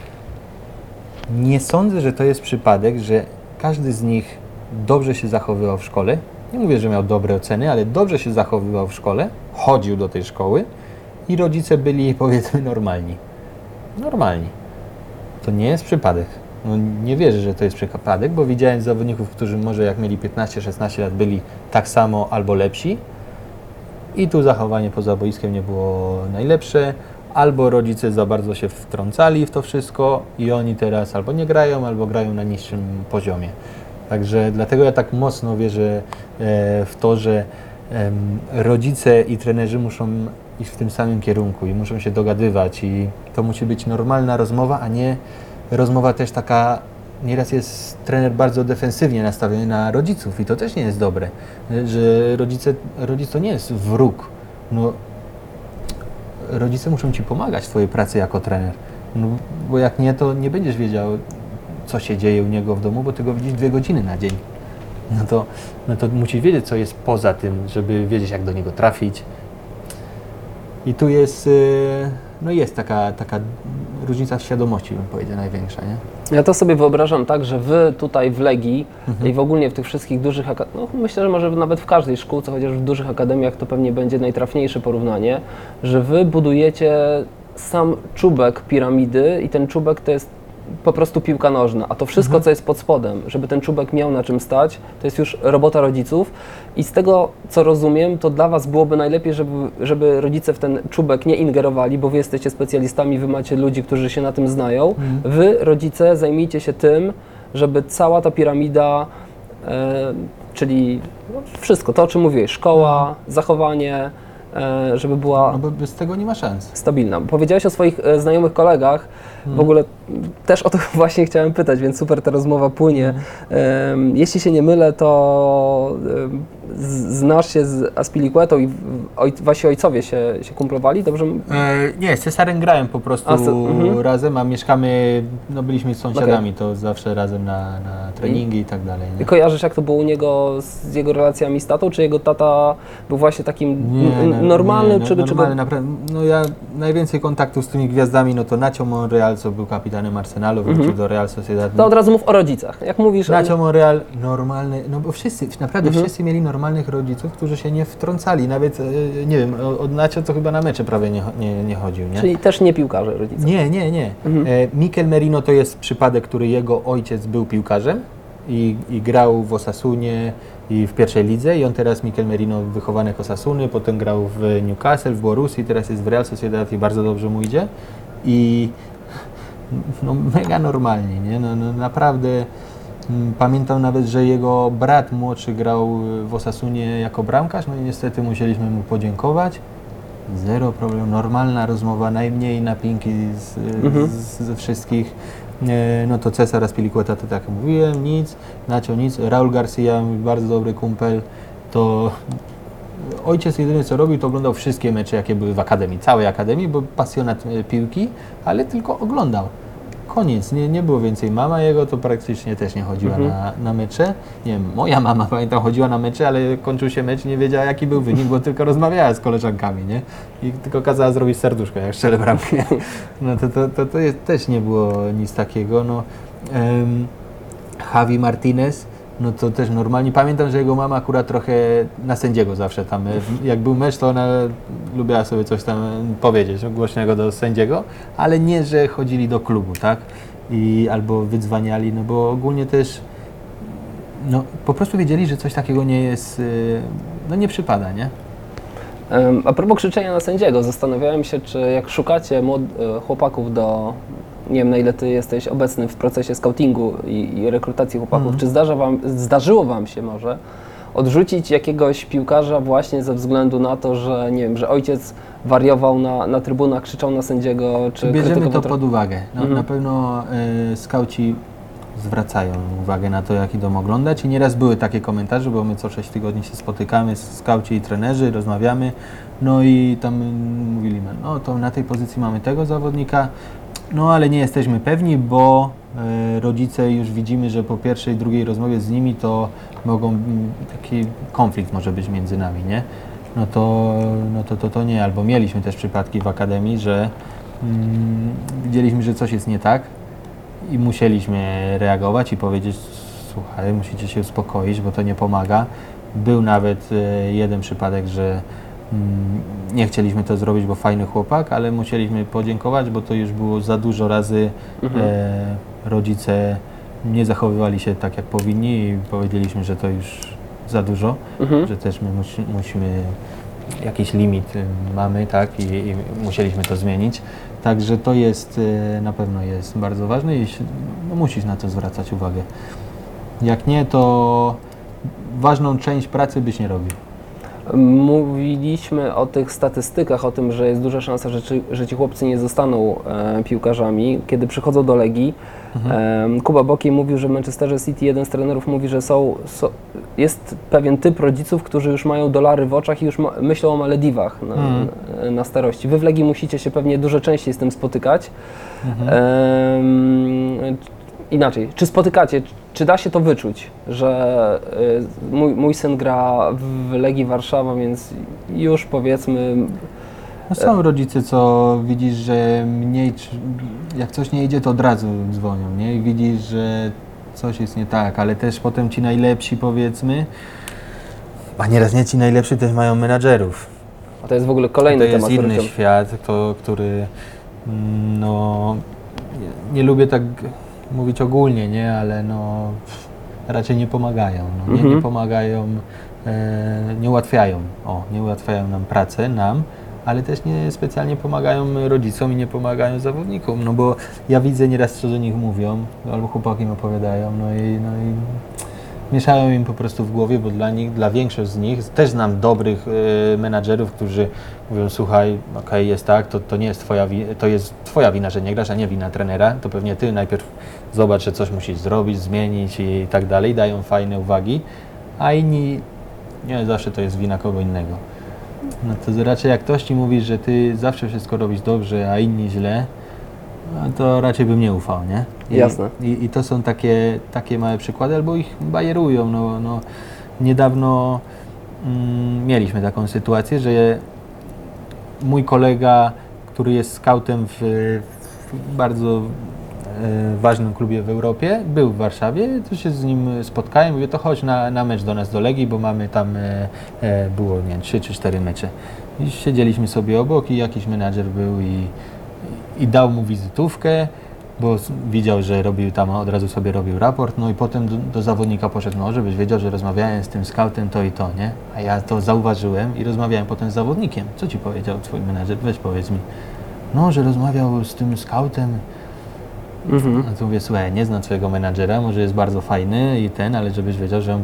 Nie sądzę, że to jest przypadek, że każdy z nich dobrze się zachowywał w szkole. Nie mówię, że miał dobre oceny, ale dobrze się zachowywał w szkole, chodził do tej szkoły i rodzice byli, powiedzmy, normalni. Normalni. To nie jest przypadek. No, nie wierzę, że to jest przypadek, bo widziałem zawodników, którzy może jak mieli piętnaście szesnaście lat byli tak samo albo lepsi i tu zachowanie poza boiskiem nie było najlepsze, albo rodzice za bardzo się wtrącali w to wszystko i oni teraz albo nie grają, albo grają na niższym poziomie. Także dlatego ja tak mocno wierzę e, w to, że em, rodzice i trenerzy muszą iść w tym samym kierunku i muszą się dogadywać i to musi być normalna rozmowa, a nie rozmowa też taka, nieraz jest trener bardzo defensywnie nastawiony na rodziców i to też nie jest dobre, że rodzice, rodzic to nie jest wróg. No, rodzice muszą Ci pomagać w Twojej pracy jako trener, no, bo jak nie, to nie będziesz wiedział, co się dzieje u niego w domu, bo Ty go widzisz dwie godziny na dzień. No to, no to musisz wiedzieć, co jest poza tym, żeby wiedzieć, jak do niego trafić. I tu jest, no jest taka, taka różnica w świadomości, bym powiedział, największa, nie? Ja to sobie wyobrażam tak, że wy tutaj w Legii Mhm. i w ogóle w tych wszystkich dużych akademiach, no myślę, że może nawet w każdej szkółce, chociaż w dużych akademiach to pewnie będzie najtrafniejsze porównanie, że wy budujecie sam czubek piramidy i ten czubek to jest po prostu piłka nożna, a to wszystko, co jest pod spodem, żeby ten czubek miał na czym stać, to jest już robota rodziców i z tego, co rozumiem, to dla was byłoby najlepiej, żeby, żeby rodzice w ten czubek nie ingerowali, bo wy jesteście specjalistami, wy macie ludzi, którzy się na tym znają. Wy, rodzice, zajmijcie się tym, żeby cała ta piramida, e, czyli no, wszystko, to o czym mówiłeś, szkoła, zachowanie, e, żeby była No bo bez tego nie ma szans. stabilna. Powiedziałeś o swoich e, znajomych kolegach, w ogóle m, też o to właśnie chciałem pytać, więc super ta rozmowa płynie. Em, jeśli się nie mylę, to em, z- znasz się z Aspilicuetą i w- oj, wasi ojcowie się, się kumplowali, dobrze? m- E, nie, z Cesarem grałem po prostu A, z- mhm. razem, a mieszkamy, no byliśmy sąsiadami, to zawsze razem na, na treningi i tak dalej. Nie? Kojarzysz, jak to było u niego z jego relacjami z tatą? Czy jego tata był właśnie takim n- no, normalnym? nie, czy, no, czy normalny, naprawdę. No ja najwięcej kontaktów z tymi gwiazdami, no to Nacho Monreal, co był kapitanem Arsenalu, wrócił do Real Sociedad. To od razu mów o rodzicach. Jak mówisz... Nacho Monreal, normalny, no bo wszyscy, naprawdę Mhm. wszyscy mieli normalnych rodziców, którzy się nie wtrącali, nawet, e, nie wiem, o- od Nacho to chyba na mecze prawie nie, nie, nie chodził, nie? Czyli też nie piłkarze rodzice. Nie, nie, nie. Mhm. E, Mikel Merino to jest przypadek, który jego ojciec był piłkarzem i, i grał w Osasunie i w pierwszej lidze i on teraz, Mikel Merino, wychowanek Osasuny, potem grał w Newcastle, w Borussii, teraz jest w Real Sociedad i bardzo dobrze mu idzie i no mega normalnie, nie? No, no naprawdę mm, pamiętam nawet, że jego brat młodszy grał w Osasunie jako bramkarz, no i niestety musieliśmy mu podziękować. Zero problem, normalna rozmowa, najmniej napinki z, Mhm. z, ze wszystkich. E, No to Cesar Aspilicueta, to tak jak mówiłem, nic, Nacho nic, Raul Garcia, mój bardzo dobry kumpel, to ojciec jedynie co robił, to oglądał wszystkie mecze, jakie były w akademii, całej akademii, bo pasjonat e, piłki, ale tylko oglądał. Koniec, nie, nie było więcej. Mama jego to praktycznie też nie chodziła Mhm. na, na mecze. Nie wiem, moja mama, pamiętam, chodziła na mecze, ale kończył się mecz i nie wiedziała, jaki był wynik, bo tylko rozmawiała z koleżankami, nie? I tylko kazała zrobić serduszko, jak strzelę bramkę. No to, to, to, to jest, też nie było nic takiego. No, em, Javi Martinez, no to też normalnie. Pamiętam, że jego mama akurat trochę na sędziego zawsze tam, e, jak był mecz, to ona lubiła sobie coś tam powiedzieć głośnego do sędziego, ale nie, że chodzili do klubu, tak? I albo wydzwaniali, no bo ogólnie też no, po prostu wiedzieli, że coś takiego nie jest, y, no nie przypada, nie? Em, A propos krzyczenia na sędziego, zastanawiałem się, czy jak szukacie młod- e, chłopaków do, nie wiem na ile ty jesteś obecny w procesie scoutingu i, i rekrutacji chłopaków, Mhm. czy zdarza wam, zdarzyło wam się może odrzucić jakiegoś piłkarza właśnie ze względu na to, że nie wiem, że ojciec wariował na, na trybunach, krzyczał na sędziego, czy Bierzemy krytykował to tro- pod uwagę. No, Mhm. Na pewno y, skauci zwracają uwagę na to, jak idą oglądać i nieraz były takie komentarze, bo my co sześć tygodni się spotykamy, skauci i trenerzy, rozmawiamy, no i tam mm, mówili, no to na tej pozycji mamy tego zawodnika, no ale nie jesteśmy pewni, bo y, rodzice już widzimy, że po pierwszej, drugiej rozmowie z nimi to mogą, mm, taki konflikt może być między nami, nie? No to, no to, to, to nie, albo mieliśmy też przypadki w akademii, że mm, widzieliśmy, że coś jest nie tak i musieliśmy reagować i powiedzieć, słuchaj, musicie się uspokoić, bo to nie pomaga. Był nawet e, jeden przypadek, że mm, nie chcieliśmy to zrobić, bo fajny chłopak, ale musieliśmy podziękować, bo to już było za dużo razy Mhm. e, rodzice nie zachowywali się tak, jak powinni i powiedzieliśmy, że to już za dużo, Mhm. że też my musi, musimy, jakiś limit y, mamy, tak, i, i musieliśmy to zmienić. Także to jest, y, na pewno jest bardzo ważne i się- no, musisz na to zwracać uwagę. Jak nie, to ważną część pracy byś nie robił. Mówiliśmy o tych statystykach, o tym, że jest duża szansa, że, ci- że ci chłopcy nie zostaną e, piłkarzami, kiedy przychodzą do Legii. E, Kuba Bokiej mówił, że w Manchesterze City jeden z trenerów mówi, że są, są, jest pewien typ rodziców, którzy już mają dolary w oczach i już ma, myślą o Malediwach na, Mhm. na, na starości. Wy w Legii musicie się pewnie dużo częściej z tym spotykać. Mhm. Em, Inaczej, czy spotykacie, czy da się to wyczuć, że y, mój, mój syn gra w Legii Warszawa, więc już powiedzmy No są rodzice, co widzisz, że mniej, czy- jak coś nie idzie, to od razu dzwonią, nie? I widzisz, że coś jest nie tak, ale też potem ci najlepsi, powiedzmy, a nieraz nie ci najlepsi też mają menadżerów. A to jest w ogóle kolejny To jest temat, inny który chciałem- świat, to, który, mm, no, nie, nie lubię tak mówić ogólnie, nie? Ale no, raczej nie pomagają, no, nie, Mhm. nie pomagają, e, nie ułatwiają, o, nie ułatwiają nam pracę, nam, ale też nie specjalnie pomagają rodzicom i nie pomagają zawodnikom, no bo ja widzę nieraz, co do nich mówią, albo chłopaki mi opowiadają, no i, no i mieszają im po prostu w głowie, bo dla nich, dla większości z nich, też znam dobrych e, menadżerów, którzy mówią, słuchaj, okej, jest tak, to, to nie jest twoja, wi- to jest twoja wina, że nie grasz, a nie wina trenera, to pewnie ty najpierw zobacz, że coś musisz zrobić, zmienić i tak dalej, dają fajne uwagi, a inni, nie zawsze to jest wina kogo innego. No to raczej jak ktoś ci mówi, że ty zawsze wszystko robisz dobrze, a inni źle, no to raczej bym nie ufał, nie? I, Jasne. I, i to są takie, takie małe przykłady, albo ich bajerują. No, no, niedawno mm, mieliśmy taką sytuację, że mój kolega, który jest skautem w, w bardzo e, ważnym klubie w Europie, był w Warszawie, to się z nim spotkałem, mówię, to chodź na, na mecz do nas, do Legii, bo mamy tam, e, e, było, nie wiem, trzy czy cztery mecze. I siedzieliśmy sobie obok i jakiś menadżer był i, i dał mu wizytówkę, bo s- widział, że robił tam, od razu sobie robił raport, no i potem do, do zawodnika poszedł, no żebyś wiedział, że rozmawiałem z tym scoutem to i to, nie? A ja to zauważyłem i rozmawiałem potem z zawodnikiem. Co ci powiedział twój menadżer? Weź powiedz mi. No, że rozmawiał z tym scoutem. Mhm. No to mówię, słuchaj, nie znam twojego menadżera, może jest bardzo fajny i ten, ale żebyś wiedział, że on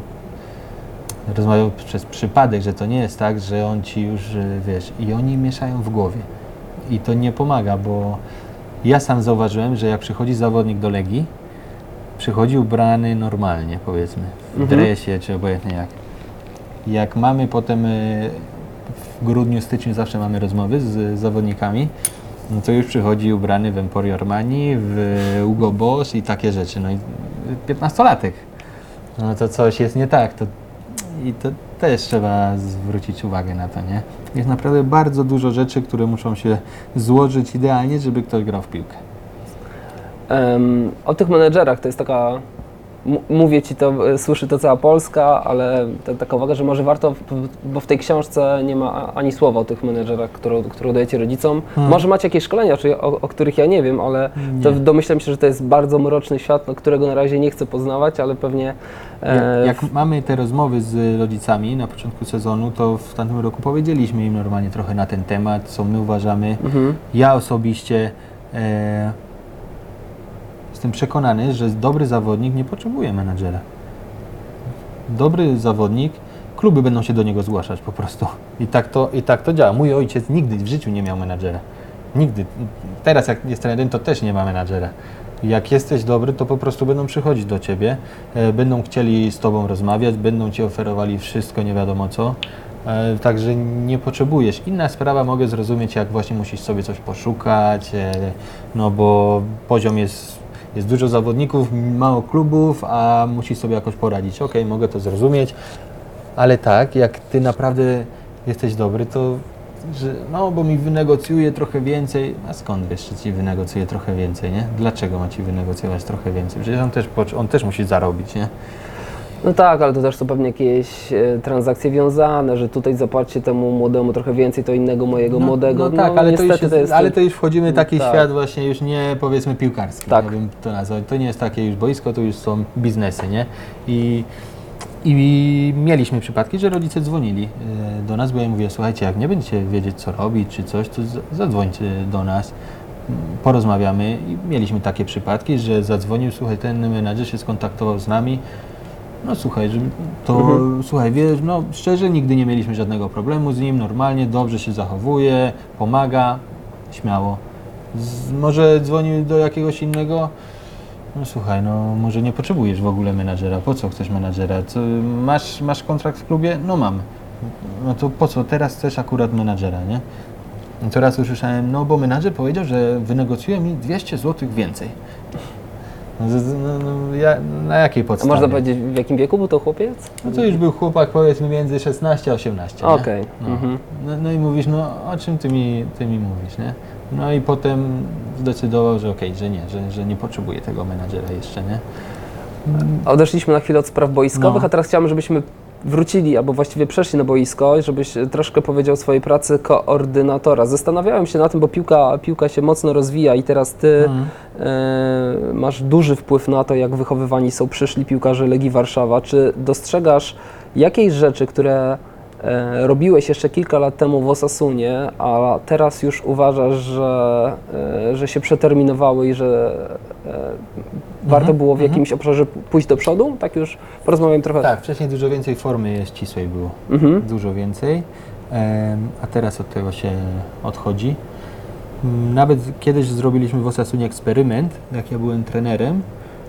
rozmawiał przez przypadek, że to nie jest tak, że on ci już, y, wiesz, i oni mieszają w głowie. I to nie pomaga, bo ja sam zauważyłem, że jak przychodzi zawodnik do Legii, przychodzi ubrany normalnie, powiedzmy, w Mhm. dresie czy obojętnie jak. Jak mamy potem y, w grudniu, styczniu zawsze mamy rozmowy z zawodnikami, no to już przychodzi ubrany w Emporio Armani, w Hugo Boss i takie rzeczy. No i piętnastolatek. No to coś jest nie tak. To, I to też trzeba zwrócić uwagę na to, nie? Jest naprawdę bardzo dużo rzeczy, które muszą się złożyć idealnie, żeby ktoś grał w piłkę. Em, o tych menedżerach to jest taka, m- mówię Ci to, e, słyszy to cała Polska, ale ta, taka uwaga, że może warto, w- bo w tej książce nie ma a- ani słowa o tych menedżerach, które, które dajecie rodzicom. Hmm. Może macie jakieś szkolenia, czy o, o których ja nie wiem, ale to Nie. domyślam się, że to jest bardzo mroczny świat, no, którego na razie nie chcę poznawać, ale pewnie... e, Jak, jak mamy te rozmowy z rodzicami na początku sezonu, to w tamtym roku powiedzieliśmy im normalnie trochę na ten temat, co my uważamy. Mhm. Ja osobiście e, jestem przekonany, że dobry zawodnik nie potrzebuje menadżera. Dobry zawodnik, kluby będą się do niego zgłaszać po prostu. I tak to, i tak to działa. Mój ojciec nigdy w życiu nie miał menadżera. Nigdy. Teraz jak jest trenerem, to też nie ma menadżera. Jak jesteś dobry, to po prostu będą przychodzić do ciebie, e, będą chcieli z tobą rozmawiać, będą ci oferowali wszystko, nie wiadomo co. E, Także nie potrzebujesz. Inna sprawa, mogę zrozumieć, jak właśnie musisz sobie coś poszukać, e, no bo poziom jest, jest dużo zawodników, mało klubów, a musisz sobie jakoś poradzić. Okej, mogę to zrozumieć, ale tak, jak ty naprawdę jesteś dobry, to że no, bo mi wynegocjuje trochę więcej, a skąd wiesz, że ci wynegocjuje trochę więcej, nie? Dlaczego ma ci wynegocjować trochę więcej? Przecież on też, pocz- on też musi zarobić, nie? No tak, ale to też są pewnie jakieś e, transakcje wiązane, że tutaj zapłaćcie temu młodemu trochę więcej, to innego mojego młodego. No tak, ale, to już niestety jest, ale to już wchodzimy w taki tak. świat właśnie już nie powiedzmy piłkarski, Tak. ja bym to nazwał. To nie jest takie już boisko, to już są biznesy, nie? I, i mieliśmy przypadki, że rodzice dzwonili e, do nas, bo ja im mówię, słuchajcie, jak nie będziecie wiedzieć co robić czy coś, to z- zadzwońcie do nas, m, porozmawiamy. I mieliśmy takie przypadki, że zadzwonił, słuchaj, ten menadżer się skontaktował z nami. No słuchaj, że to Mhm. słuchaj, wiesz, no szczerze nigdy nie mieliśmy żadnego problemu z nim, normalnie, dobrze się zachowuje, pomaga, śmiało. Z, może dzwonił do jakiegoś innego, no słuchaj, no może nie potrzebujesz w ogóle menadżera, po co chcesz menadżera? Co, masz, masz kontrakt w klubie? No mam. No to po co teraz chcesz akurat menadżera, nie? No to raz usłyszałem, no bo menadżer powiedział, że wynegocjuje mi dwieście złotych więcej. No, z- z- no, no, ja, na jakiej A podstawie? można powiedzieć, w jakim wieku był to chłopiec? No to już był chłopak powiedzmy między szesnaście a osiemnaście. nie? Okej. No. Mhm. No, no i mówisz, no o czym ty mi, ty mi mówisz, nie? No i potem zdecydował, że okej, że nie, że, że nie potrzebuje tego menadżera jeszcze, nie? Odeszliśmy na chwilę od spraw boiskowych, No. a teraz chciałbym, żebyśmy wrócili, albo właściwie przeszli na boisko i żebyś troszkę powiedział o swojej pracy koordynatora. Zastanawiałem się na tym, bo piłka, piłka się mocno rozwija i teraz ty Mhm. e, masz duży wpływ na to, jak wychowywani są przyszli piłkarze Legii Warszawa. Czy dostrzegasz jakieś rzeczy, które e, robiłeś jeszcze kilka lat temu w Osasunie, a teraz już uważasz, że, e, że się przeterminowały i że e, warto było w jakimś obszarze pójść do przodu? Tak już porozmawiam trochę. Tak, wcześniej dużo więcej formy ścisłej było. Mhm. Dużo więcej, em, a teraz od tego się odchodzi. Mm, Nawet kiedyś zrobiliśmy w Osasunie eksperyment, jak ja byłem trenerem,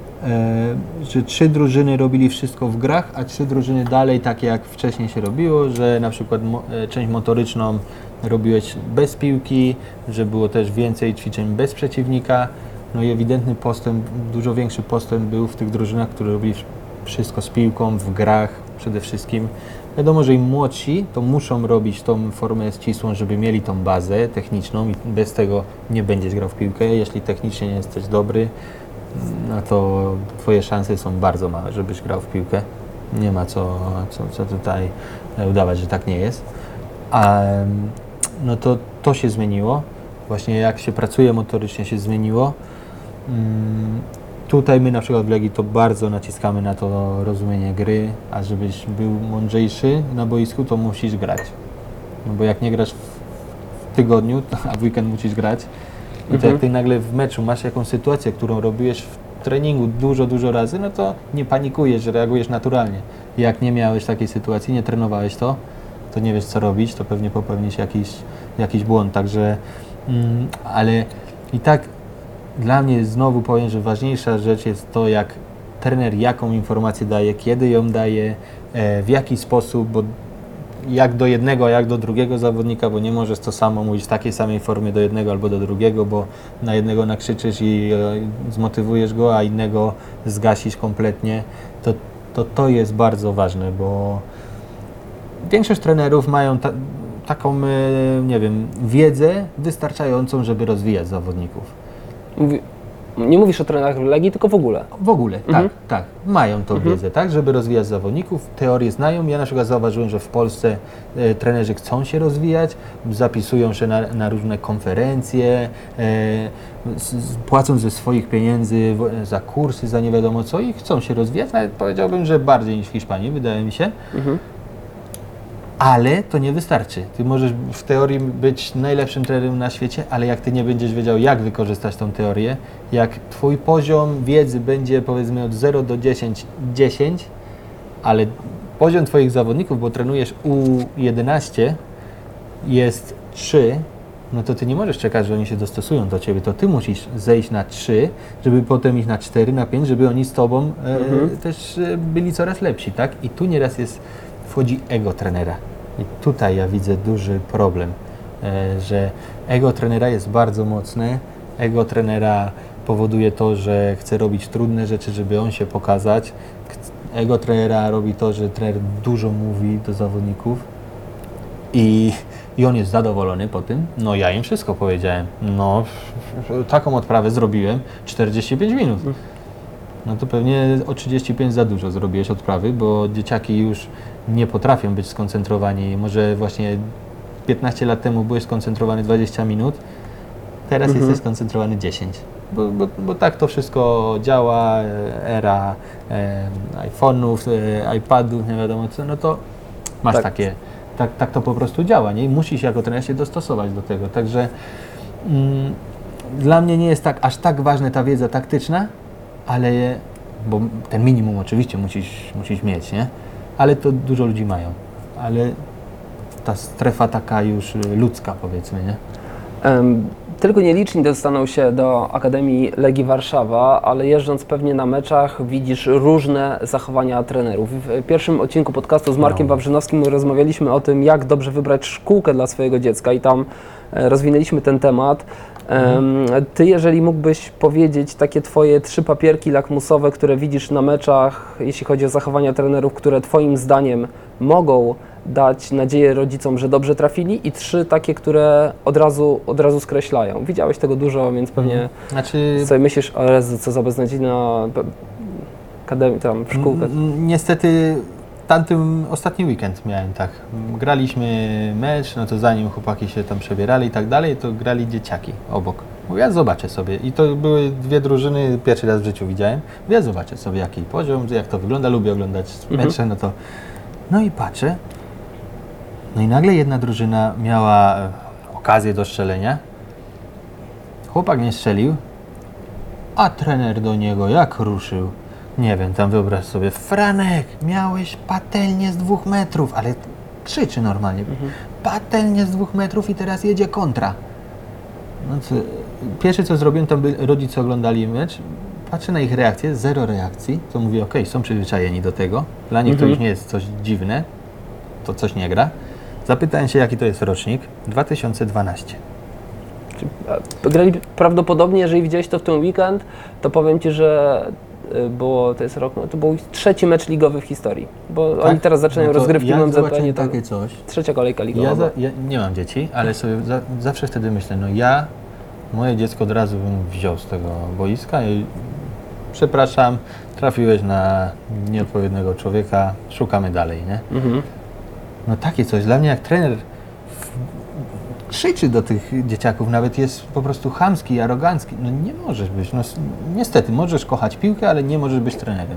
e, że trzy drużyny robili wszystko w grach, a trzy drużyny dalej tak jak wcześniej się robiło, że na przykład mo- e, część motoryczną robiłeś bez piłki, że było też więcej ćwiczeń bez przeciwnika. No i ewidentny postęp, dużo większy postęp był w tych drużynach, które robili wszystko z piłką, w grach przede wszystkim. Wiadomo, że im młodsi, to muszą robić tą formę ścisłą, żeby mieli tą bazę techniczną i bez tego nie będziesz grał w piłkę. Jeśli technicznie nie jesteś dobry, no to twoje szanse są bardzo małe, żebyś grał w piłkę. Nie ma co, co, co tutaj udawać, że tak nie jest. A, no to to się zmieniło. Właśnie jak się pracuje motorycznie, się zmieniło. Mm, Tutaj my na przykład w Legii to bardzo naciskamy na to rozumienie gry, a żebyś był mądrzejszy na boisku, to musisz grać. No bo jak nie grasz w, w tygodniu, to, a w weekend musisz grać, i to Mhm. jak ty nagle w meczu masz jakąś sytuację, którą robiłeś w treningu dużo, dużo razy, no to nie panikujesz, reagujesz naturalnie. Jak nie miałeś takiej sytuacji, nie trenowałeś to, to nie wiesz co robić, to pewnie popełnisz jakiś, jakiś błąd. Także, mm, ale i tak dla mnie znowu powiem, że ważniejsza rzecz jest to, jak trener jaką informację daje, kiedy ją daje, e, w jaki sposób, bo jak do jednego, a jak do drugiego zawodnika, bo nie możesz to samo mówić w takiej samej formie do jednego albo do drugiego, bo na jednego nakrzyczysz i e, zmotywujesz go, a innego zgasisz kompletnie. To, to, to jest bardzo ważne, bo większość trenerów mają ta, taką, e, nie wiem, wiedzę wystarczającą, żeby rozwijać zawodników. Mówi, nie mówisz o trenerach Legii, tylko w ogóle. W ogóle, Mhm. tak, tak. Mają tą Mhm. wiedzę, tak, żeby rozwijać zawodników. Teorię znają. Ja na przykład zauważyłem, że w Polsce e, trenerzy chcą się rozwijać, zapisują się na, na różne konferencje, e, z, z, płacą ze swoich pieniędzy w, za kursy, za nie wiadomo co i chcą się rozwijać. Nawet powiedziałbym, że bardziej niż w Hiszpanii, wydaje mi się. Mhm. Ale to nie wystarczy. Ty możesz w teorii być najlepszym trenerem na świecie, ale jak ty nie będziesz wiedział, jak wykorzystać tą teorię, jak twój poziom wiedzy będzie powiedzmy od zera do dziesięciu, dziesięć, ale poziom twoich zawodników, bo trenujesz U jedenaście, jest trzy, no to ty nie możesz czekać, że oni się dostosują do ciebie. To ty musisz zejść na trzy, żeby potem iść na cztery, na pięć, żeby oni z tobą e, Mhm. też e, byli coraz lepsi, tak? I tu nieraz jest, wchodzi ego trenera. I tutaj ja widzę duży problem, e, że ego trenera jest bardzo mocne. Ego trenera powoduje to, że chce robić trudne rzeczy, żeby on się pokazać. K- Ego trenera robi to, że trener dużo mówi do zawodników i, i on jest zadowolony po tym. No ja im wszystko powiedziałem. No taką odprawę zrobiłem czterdzieści pięć minut. No to pewnie o trzydzieści pięć za dużo zrobiłeś odprawy, bo dzieciaki już nie potrafią być skoncentrowani. Może właśnie piętnaście lat temu byłeś skoncentrowany dwadzieścia minut, teraz Mhm. jesteś skoncentrowany dziesięć. Bo, bo, bo tak to wszystko działa, e, era e, iPhone'ów, e, iPadów, nie wiadomo co, no to masz Tak. takie, tak, tak to po prostu działa, nie? I musisz jako trener się dostosować do tego. Także mm, dla mnie nie jest tak aż tak ważna ta wiedza taktyczna, ale, bo ten minimum oczywiście musisz, musisz mieć, nie? Ale to dużo ludzi mają. Ale ta strefa taka już ludzka, powiedzmy, nie? Em, Tylko nieliczni dostaną się do Akademii Legii Warszawa, ale jeżdżąc pewnie na meczach widzisz różne zachowania trenerów. W pierwszym odcinku podcastu z Markiem No. Wawrzynowskim rozmawialiśmy o tym, jak dobrze wybrać szkółkę dla swojego dziecka i tam e, rozwinęliśmy ten temat. Em, Ty, jeżeli mógłbyś powiedzieć takie twoje trzy papierki lakmusowe, które widzisz na meczach, jeśli chodzi o zachowania trenerów, które twoim zdaniem mogą dać nadzieję rodzicom, że dobrze trafili, i trzy takie, które od razu, od razu skreślają. Widziałeś tego dużo, więc pewnie Znaczy, sobie myślisz, o Jezu, co za beznadziejna pe- akademia, tam szkółka. n- niestety tamtym ostatni weekend miałem tak. Graliśmy mecz, no to zanim chłopaki się tam przebierali i tak dalej, to grali dzieciaki obok. Mówię, ja zobaczę sobie. I to były dwie drużyny, pierwszy raz w życiu widziałem. Mówię, ja zobaczę sobie jaki poziom, jak to wygląda, lubię oglądać Mhm. mecze, no to... No i patrzę. No i nagle jedna drużyna miała e, okazję do strzelenia. Chłopak nie strzelił, a trener do niego jak ruszył. Nie wiem, tam wyobraź sobie, Franek, miałeś patelnię z dwóch metrów, ale krzyczy normalnie. Patelnię z dwóch metrów i teraz jedzie kontra. No co, pierwsze co zrobiłem, tam by rodzice oglądali mecz, patrzę na ich reakcję, zero reakcji, to mówię, okej, są przyzwyczajeni do tego, dla nich to Mhm. już nie jest coś dziwne, to coś nie gra. Zapytałem się, jaki to jest rocznik, dwa tysiące dwunasty. A, Grali prawdopodobnie, jeżeli widziałeś to w ten weekend, to powiem Ci, że y, było, to jest rok, no to był ich trzeci mecz ligowy w historii, bo Tak? oni teraz zaczynają No to rozgrywki ja w M Z P, zobaczyłem nie to takie coś. trzecia kolejka ligowa. Ja, za, ja nie mam dzieci, ale sobie za, zawsze wtedy myślę, no ja, moje dziecko od razu bym wziął z tego boiska i przepraszam, trafiłeś na nieodpowiedniego człowieka, szukamy dalej, nie? Mhm. No takie coś, dla mnie jak trener w, krzyczy do tych dzieciaków, nawet jest po prostu chamski, arogancki, no nie możesz być, no s- niestety, możesz kochać piłkę, ale nie możesz być trenerem.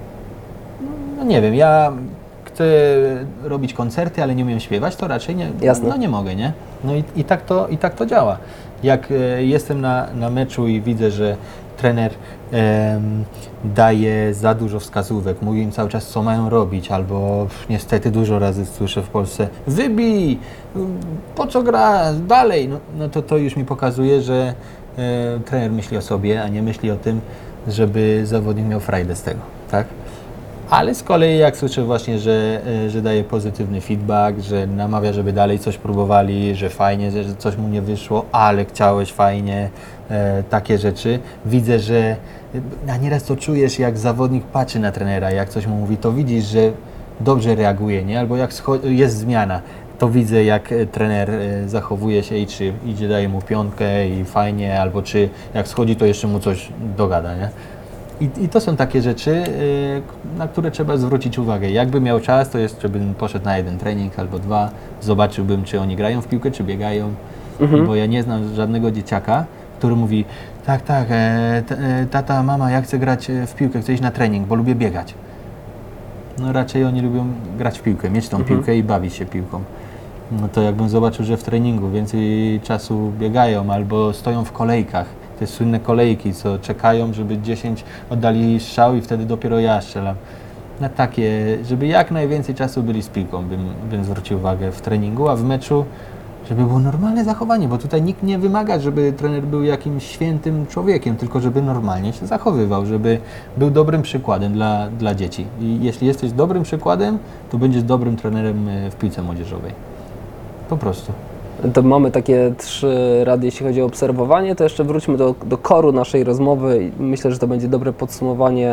No nie wiem, ja chcę robić koncerty, ale nie umiem śpiewać, to raczej nie, Jasne. no nie mogę, nie? No i, i, tak, to, i tak to działa. Jak e, jestem na, na meczu i widzę, że trener em, daje za dużo wskazówek, mówi im cały czas, co mają robić, albo pff, niestety dużo razy słyszę w Polsce, wybij, po co gra, dalej, no, no to to już mi pokazuje, że e, trener myśli o sobie, a nie myśli o tym, żeby zawodnik miał frajdę z tego, tak? Ale z kolei jak słyszę właśnie, że, e, że daje pozytywny feedback, że namawia, żeby dalej coś próbowali, że fajnie, że że coś mu nie wyszło, ale chciałeś fajnie, e, takie rzeczy. Widzę, że a nieraz to czujesz, jak zawodnik patrzy na trenera, jak coś mu mówi, to widzisz, że dobrze reaguje, nie? Albo jak scho- jest zmiana, to widzę, jak e, trener e, zachowuje się i czy idzie, daje mu piątkę i fajnie, albo czy jak schodzi, to jeszcze mu coś dogada, nie? I, I to są takie rzeczy, y, na które trzeba zwrócić uwagę. Jakby miał czas, to jeszcze bym poszedł na jeden trening albo dwa, zobaczyłbym, czy oni grają w piłkę, czy biegają, Mhm. bo ja nie znam żadnego dzieciaka, który mówi, tak, tak, e, t, e, tata, mama, ja chcę grać e, w piłkę, chcę iść na trening, bo lubię biegać. No raczej oni lubią grać w piłkę, mieć tą Mhm. piłkę i bawić się piłką. No to jakbym zobaczył, że w treningu więcej czasu biegają albo stoją w kolejkach, te słynne kolejki, co czekają, żeby dziesięć oddali strzał i wtedy dopiero ja strzelam. Na takie, żeby jak najwięcej czasu byli z piłką, bym, bym zwrócił uwagę w treningu, a w meczu, żeby było normalne zachowanie, bo tutaj nikt nie wymaga, żeby trener był jakimś świętym człowiekiem, tylko żeby normalnie się zachowywał, żeby był dobrym przykładem dla, dla dzieci. I jeśli jesteś dobrym przykładem, to będziesz dobrym trenerem e, w piłce młodzieżowej. Po prostu. To mamy takie trzy rady, jeśli chodzi o obserwowanie, to jeszcze wróćmy do, do koru naszej rozmowy i myślę, że to będzie dobre podsumowanie.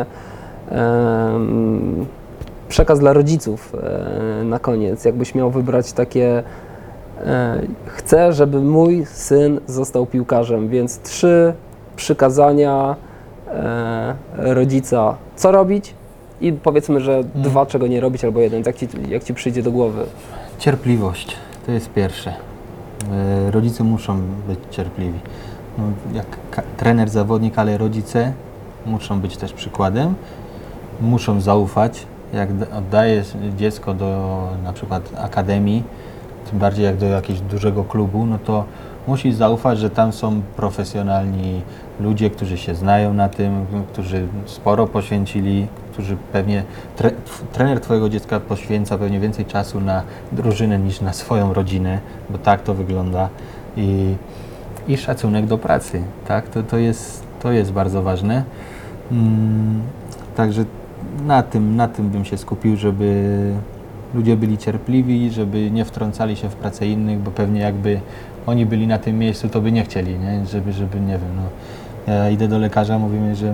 Em, przekaz dla rodziców e, na koniec. Jakbyś miał wybrać takie, e, chcę, żeby mój syn został piłkarzem, więc trzy przykazania e, rodzica, co robić i powiedzmy, że dwa, czego nie robić, albo jeden, jak ci, jak ci przyjdzie do głowy. Cierpliwość, to jest pierwsze. E, Rodzice muszą być cierpliwi. No, jak ka- trener, zawodnik, ale rodzice muszą być też przykładem. Muszą zaufać. Jak d- oddajesz dziecko do na przykład akademii, tym bardziej jak do jakiegoś dużego klubu, no to musisz zaufać, że tam są profesjonalni ludzie, którzy się znają na tym, którzy sporo poświęcili, którzy pewnie, tre, trener twojego dziecka poświęca pewnie więcej czasu na drużynę niż na swoją rodzinę, bo tak to wygląda i, i szacunek do pracy, tak, to, to, jest, to jest bardzo ważne. Mm, także na tym, na tym bym się skupił, żeby ludzie byli cierpliwi, żeby nie wtrącali się w pracę innych, bo pewnie jakby oni byli na tym miejscu, to by nie chcieli, nie? Żeby, żeby, nie wiem, no, ja idę do lekarza, mówimy, że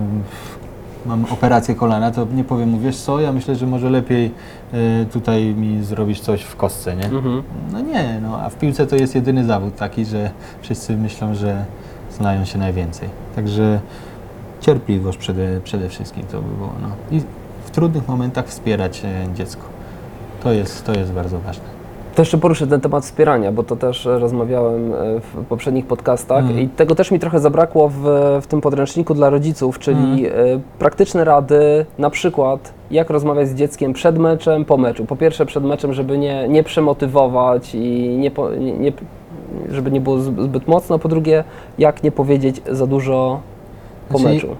mam operację kolana, to nie powiem mu, wiesz co, ja myślę, że może lepiej y, tutaj mi zrobisz coś w kostce, nie? Mhm. No nie, no, a w piłce to jest jedyny zawód taki, że wszyscy myślą, że znają się najwięcej. Także cierpliwość przede, przede wszystkim to by było, no. I w trudnych momentach wspierać e, dziecko. To jest, to jest bardzo ważne. To jeszcze poruszę ten temat wspierania, bo to też rozmawiałem w poprzednich podcastach mm. i tego też mi trochę zabrakło w, w tym podręczniku dla rodziców, czyli mm. praktyczne rady, na przykład jak rozmawiać z dzieckiem przed meczem, po meczu. Po pierwsze przed meczem, żeby nie, nie przemotywować i nie, nie, nie, żeby nie było zbyt mocno, po drugie jak nie powiedzieć za dużo po znaczy, meczu.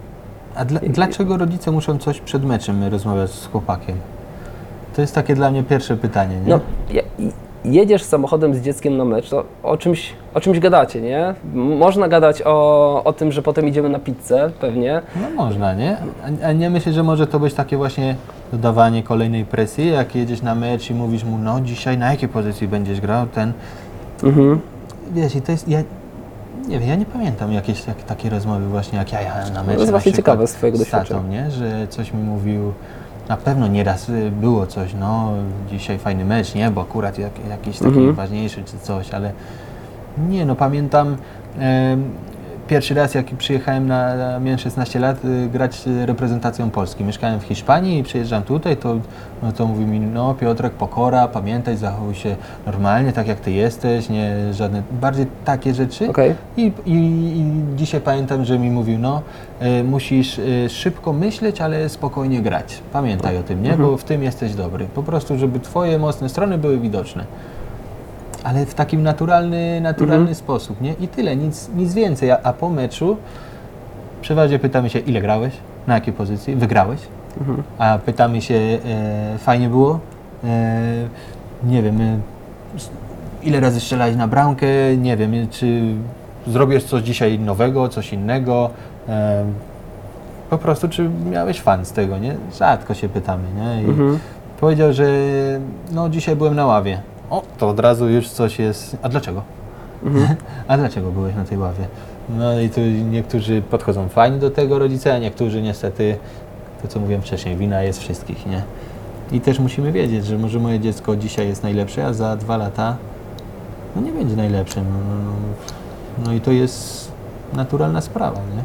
A dla, I, dlaczego rodzice muszą coś przed meczem rozmawiać z chłopakiem? To jest takie dla mnie pierwsze pytanie, nie? No, jedziesz samochodem z dzieckiem na mecz, to o czymś, o czymś gadacie, nie? Można gadać o, o tym, że potem idziemy na pizzę, pewnie. No można, nie? A, a nie myślę, że może to być takie właśnie dodawanie kolejnej presji, jak jedziesz na mecz i mówisz mu, no dzisiaj na jakiej pozycji będziesz grał, ten... Mhm. Wiesz, i to jest... Ja, nie wiem, ja nie pamiętam jakieś jak, takie rozmowy właśnie, jak ja jechałem na mecz. To jest właśnie ciekawe z twojego doświadczenia. Nie? Że coś mi mówił... Na pewno nieraz było coś, no dzisiaj fajny mecz, nie, bo akurat jak, jakiś taki mhm. ważniejszy czy coś, ale nie, no pamiętam e, pierwszy raz jak przyjechałem na, na miałem szesnaście lat y, grać reprezentacją Polski. Mieszkałem w Hiszpanii i przyjeżdżam tutaj, to, no, to mówi mi, no Piotrek, pokora, pamiętaj, zachowuj się normalnie, tak jak ty jesteś, nie żadne, bardziej takie rzeczy. Okay. I, i, I dzisiaj pamiętam, że mi mówił, no y, musisz y, szybko myśleć, ale spokojnie grać. Pamiętaj o tym, nie, mhm. bo w tym jesteś dobry. Po prostu, żeby twoje mocne strony były widoczne. Ale w takim naturalny, naturalny mhm. sposób, nie? I tyle, nic, nic więcej. A, a po meczu przeważnie pytamy się, ile grałeś, na jakiej pozycji, wygrałeś, mhm. a pytamy się, e, fajnie było, e, nie wiem, e, ile razy strzelałeś na bramkę, nie wiem, czy zrobisz coś dzisiaj nowego, coś innego, e, po prostu, czy miałeś fan z tego, nie? Rzadko się pytamy, nie? I mhm. powiedział, że no dzisiaj byłem na ławie. O, to od razu już coś jest... A dlaczego? Mhm. A dlaczego byłeś na tej ławie? No i tu niektórzy podchodzą fajnie do tego rodzice, a niektórzy niestety, to co mówiłem wcześniej, wina jest wszystkich, nie? I też musimy wiedzieć, że może moje dziecko dzisiaj jest najlepsze, a za dwa lata no nie będzie najlepsze. No, no, no i to jest naturalna sprawa, nie?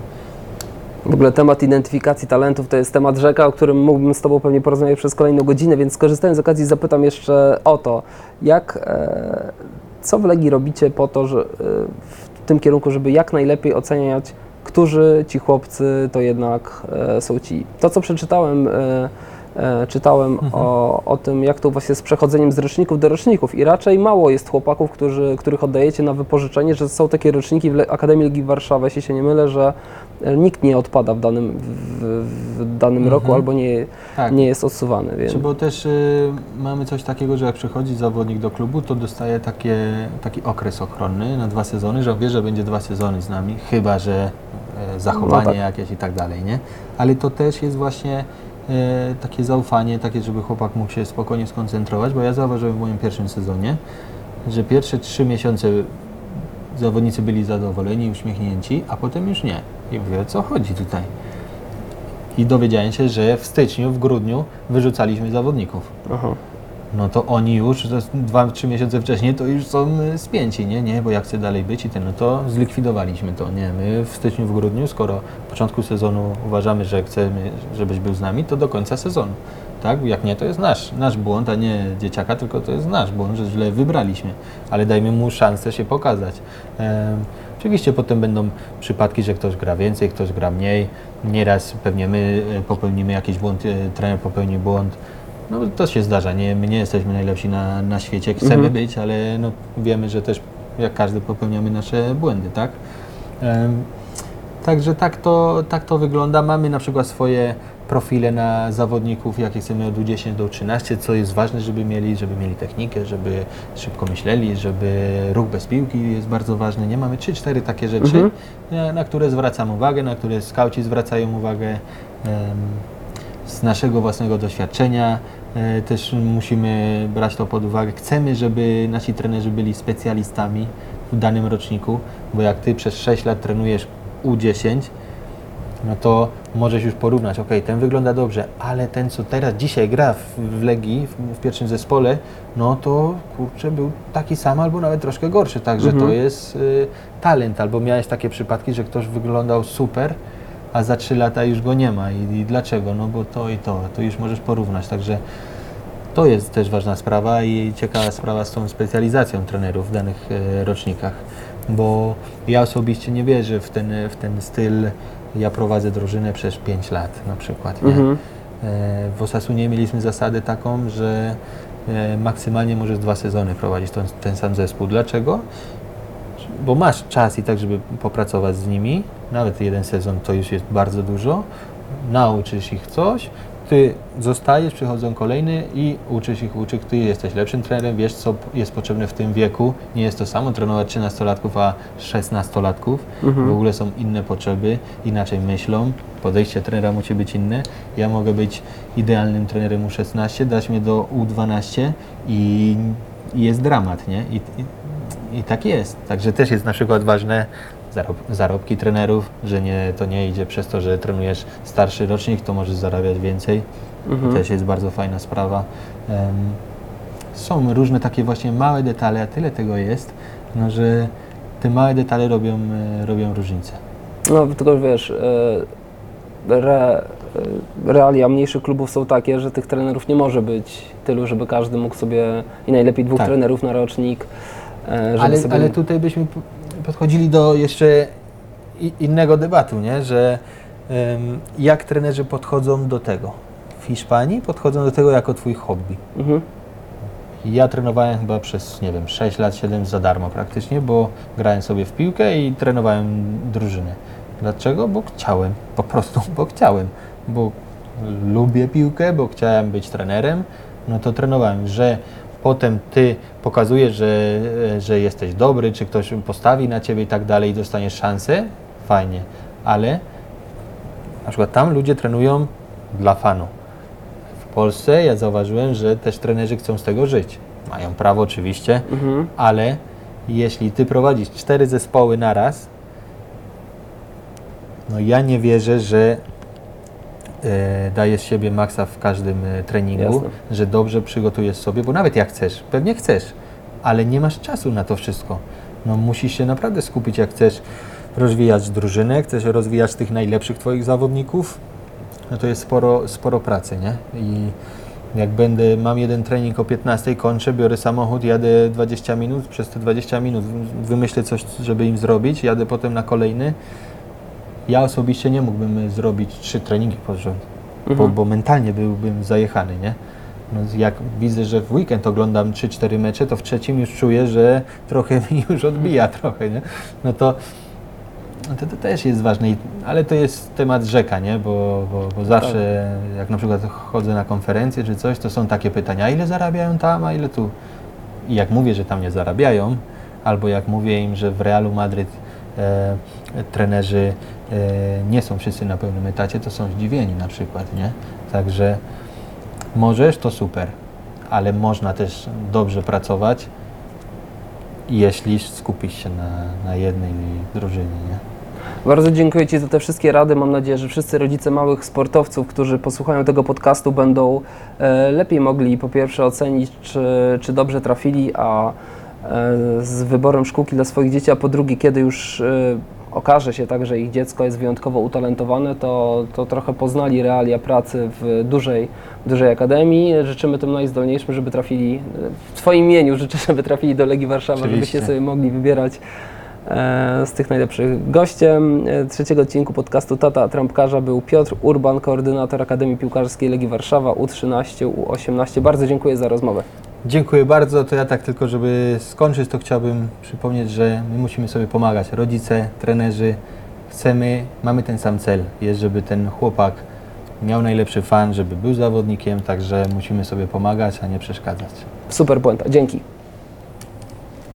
W ogóle temat identyfikacji talentów to jest temat rzeka, o którym mógłbym z Tobą pewnie porozmawiać przez kolejną godzinę, więc skorzystając z okazji zapytam jeszcze o to, jak, e, co w Legii robicie po to, że, e, w tym kierunku, żeby jak najlepiej oceniać, którzy ci chłopcy to jednak e, są ci. To, co przeczytałem, e, e, czytałem mhm. o, o tym, jak to u Was jest z przechodzeniem z roczników do roczników i raczej mało jest chłopaków, którzy, których oddajecie na wypożyczenie, że są takie roczniki w Le- Akademii Legii Warszawa, jeśli się nie mylę, że nikt nie odpada w danym, w, w danym mhm. roku albo nie, tak. nie jest odsuwany. Więc... Bo też y, mamy coś takiego, że jak przychodzi zawodnik do klubu, to dostaje takie, taki okres ochronny na dwa sezony, że on wie, że będzie dwa sezony z nami, chyba że y, zachowanie no tak. jakieś i tak dalej, nie? Ale to też jest właśnie y, takie zaufanie, takie, żeby chłopak mógł się spokojnie skoncentrować, bo ja zauważyłem w moim pierwszym sezonie, że pierwsze trzy miesiące zawodnicy byli zadowoleni, uśmiechnięci, a potem już nie. I mówię, o co chodzi tutaj? I dowiedziałem się, że w styczniu, w grudniu wyrzucaliśmy zawodników. Aha. No to oni już, dwa, trzy miesiące wcześniej, to już są spięci, nie? Nie, bo ja chcę dalej być i ten, no to zlikwidowaliśmy to, nie? My w styczniu, w grudniu, skoro w początku sezonu uważamy, że chcemy, żebyś był z nami, to do końca sezonu. Tak? Jak nie, to jest nasz, nasz błąd, a nie dzieciaka, tylko to jest nasz błąd, że źle wybraliśmy, ale dajmy mu szansę się pokazać. E, oczywiście potem będą przypadki, że ktoś gra więcej, ktoś gra mniej, nieraz pewnie my popełnimy jakiś błąd, trener popełni błąd, no to się zdarza, nie, my nie jesteśmy najlepsi na, na świecie, chcemy mhm. być, ale no, wiemy, że też jak każdy popełniamy nasze błędy, tak? E, także tak to, tak to wygląda, mamy na przykład swoje profile na zawodników, jakie chcemy od U dziesięć do U trzynaście, co jest ważne, żeby mieli, żeby mieli technikę, żeby szybko myśleli, żeby ruch bez piłki jest bardzo ważny. Nie mamy trzy cztery takie rzeczy, mhm. na, na które zwracam uwagę, na które skauci zwracają uwagę um, z naszego własnego doświadczenia. E, też musimy brać to pod uwagę. Chcemy, żeby nasi trenerzy byli specjalistami, w danym roczniku, bo jak ty przez sześć lat trenujesz U dziesięć, no to możesz już porównać, ok, ten wygląda dobrze, ale ten, co teraz dzisiaj gra w, w Legii, w, w pierwszym zespole, no to kurczę, był taki sam albo nawet troszkę gorszy, także Mhm. to jest y, talent, albo miałeś takie przypadki, że ktoś wyglądał super, a za trzy lata już go nie ma. I, i dlaczego? No bo to i to, to już możesz porównać, także to jest też ważna sprawa i ciekawa sprawa z tą specjalizacją trenerów w danych e, rocznikach, bo ja osobiście nie wierzę w ten, w ten styl, ja prowadzę drużynę przez pięć lat na przykład. Nie? Mhm. E, w Osasunie mieliśmy zasadę taką, że e, maksymalnie możesz dwa sezony prowadzić ten, ten sam zespół. Dlaczego? Bo masz czas i tak, żeby popracować z nimi, nawet jeden sezon to już jest bardzo dużo, nauczysz ich coś, ty zostajesz, przychodzą kolejny i uczysz ich, uczysz, ty jesteś lepszym trenerem, wiesz co jest potrzebne w tym wieku, nie jest to samo trenować trzynastolatków, a szesnastolatków, Mhm. w ogóle są inne potrzeby, inaczej myślą, podejście trenera musi być inne, ja mogę być idealnym trenerem U szesnaście, dać mnie do U dwanaście i, i jest dramat, nie? I, i, I tak jest, także też jest na przykład ważne zarob, zarobki trenerów, że nie, to nie idzie przez to, że trenujesz starszy rocznik, to możesz zarabiać więcej. Mhm. To też jest bardzo fajna sprawa. Um, są różne takie właśnie małe detale, a tyle tego jest, no, że te małe detale robią, e, robią różnicę. No tylko wiesz, e, re, e, realia mniejszych klubów są takie, że tych trenerów nie może być tylu, żeby każdy mógł sobie i najlepiej dwóch Tak. trenerów na rocznik. e, Żeby Ale, sobie... ale tutaj byśmy p- podchodzili do jeszcze i- innego debatu, nie? Że em, jak trenerzy podchodzą do tego. W Hiszpanii podchodzą do tego jako twój hobby. Mhm. Ja trenowałem chyba przez, nie wiem, sześć lat, siedem za darmo praktycznie, bo grałem sobie w piłkę i trenowałem drużynę. Dlaczego? Bo chciałem, po prostu, bo chciałem, bo lubię piłkę, bo chciałem być trenerem, no to trenowałem, że potem ty pokazujesz, że, że jesteś dobry, czy ktoś postawi na ciebie i tak dalej i dostaniesz szansę, fajnie, ale na przykład tam ludzie trenują dla fanu. W Polsce ja zauważyłem, że też trenerzy chcą z tego żyć. Mają prawo oczywiście, Mhm. ale jeśli ty prowadzisz cztery zespoły naraz, no ja nie wierzę, że e, dajesz siebie maksa w każdym e, treningu, Jasne. że dobrze przygotujesz sobie, bo nawet jak chcesz, pewnie chcesz, ale nie masz czasu na to wszystko. No musisz się naprawdę skupić, jak chcesz rozwijać drużynę, chcesz rozwijać tych najlepszych twoich zawodników, no to jest sporo, sporo pracy, nie? I jak będę, mam jeden trening o piętnastej, kończę, biorę samochód, jadę dwadzieścia minut, przez te dwadzieścia minut wymyślę coś, żeby im zrobić, jadę potem na kolejny. Ja osobiście nie mógłbym zrobić trzy treningi pod rząd, Mhm. bo, bo mentalnie byłbym zajechany, nie? No, jak widzę, że w weekend oglądam trzy cztery mecze, to w trzecim już czuję, że trochę mi już odbija trochę, nie? No to no to, to też jest ważne, I- ale to jest temat rzeka, nie? Bo, bo, bo zawsze jak na przykład chodzę na konferencje czy coś, to są takie pytania, a ile zarabiają tam, a ile tu? I jak mówię, że tam nie zarabiają, albo jak mówię im, że w Realu Madryt e, trenerzy e, nie są wszyscy na pełnym etacie, to są zdziwieni na przykład, nie? Także możesz, to super, ale można też dobrze pracować, jeśli skupisz się na, na jednej drużynie, nie? Bardzo dziękuję Ci za te wszystkie rady. Mam nadzieję, że wszyscy rodzice małych sportowców, którzy posłuchają tego podcastu, będą e, lepiej mogli po pierwsze ocenić, czy, czy dobrze trafili, a e, z wyborem szkółki dla swoich dzieci, a po drugie, kiedy już e, okaże się tak, że ich dziecko jest wyjątkowo utalentowane, to, to trochę poznali realia pracy w dużej, dużej akademii. Życzymy tym najzdolniejszym, żeby trafili, w Twoim imieniu życzę, żeby trafili do Legii Warszawa, Oczywiście. żebyście sobie mogli wybierać z tych najlepszych. Gościem trzeciego odcinku podcastu Tata Trampkarza był Piotr Urban, koordynator Akademii Piłkarskiej Legii Warszawa U trzynaście, U osiemnaście. Bardzo dziękuję za rozmowę. Dziękuję bardzo. To ja tak tylko, żeby skończyć, to chciałbym przypomnieć, że my musimy sobie pomagać. Rodzice, trenerzy, chcemy, mamy ten sam cel. Jest, żeby ten chłopak miał najlepszy fan, żeby był zawodnikiem, także musimy sobie pomagać, a nie przeszkadzać. Super puenta. Dzięki.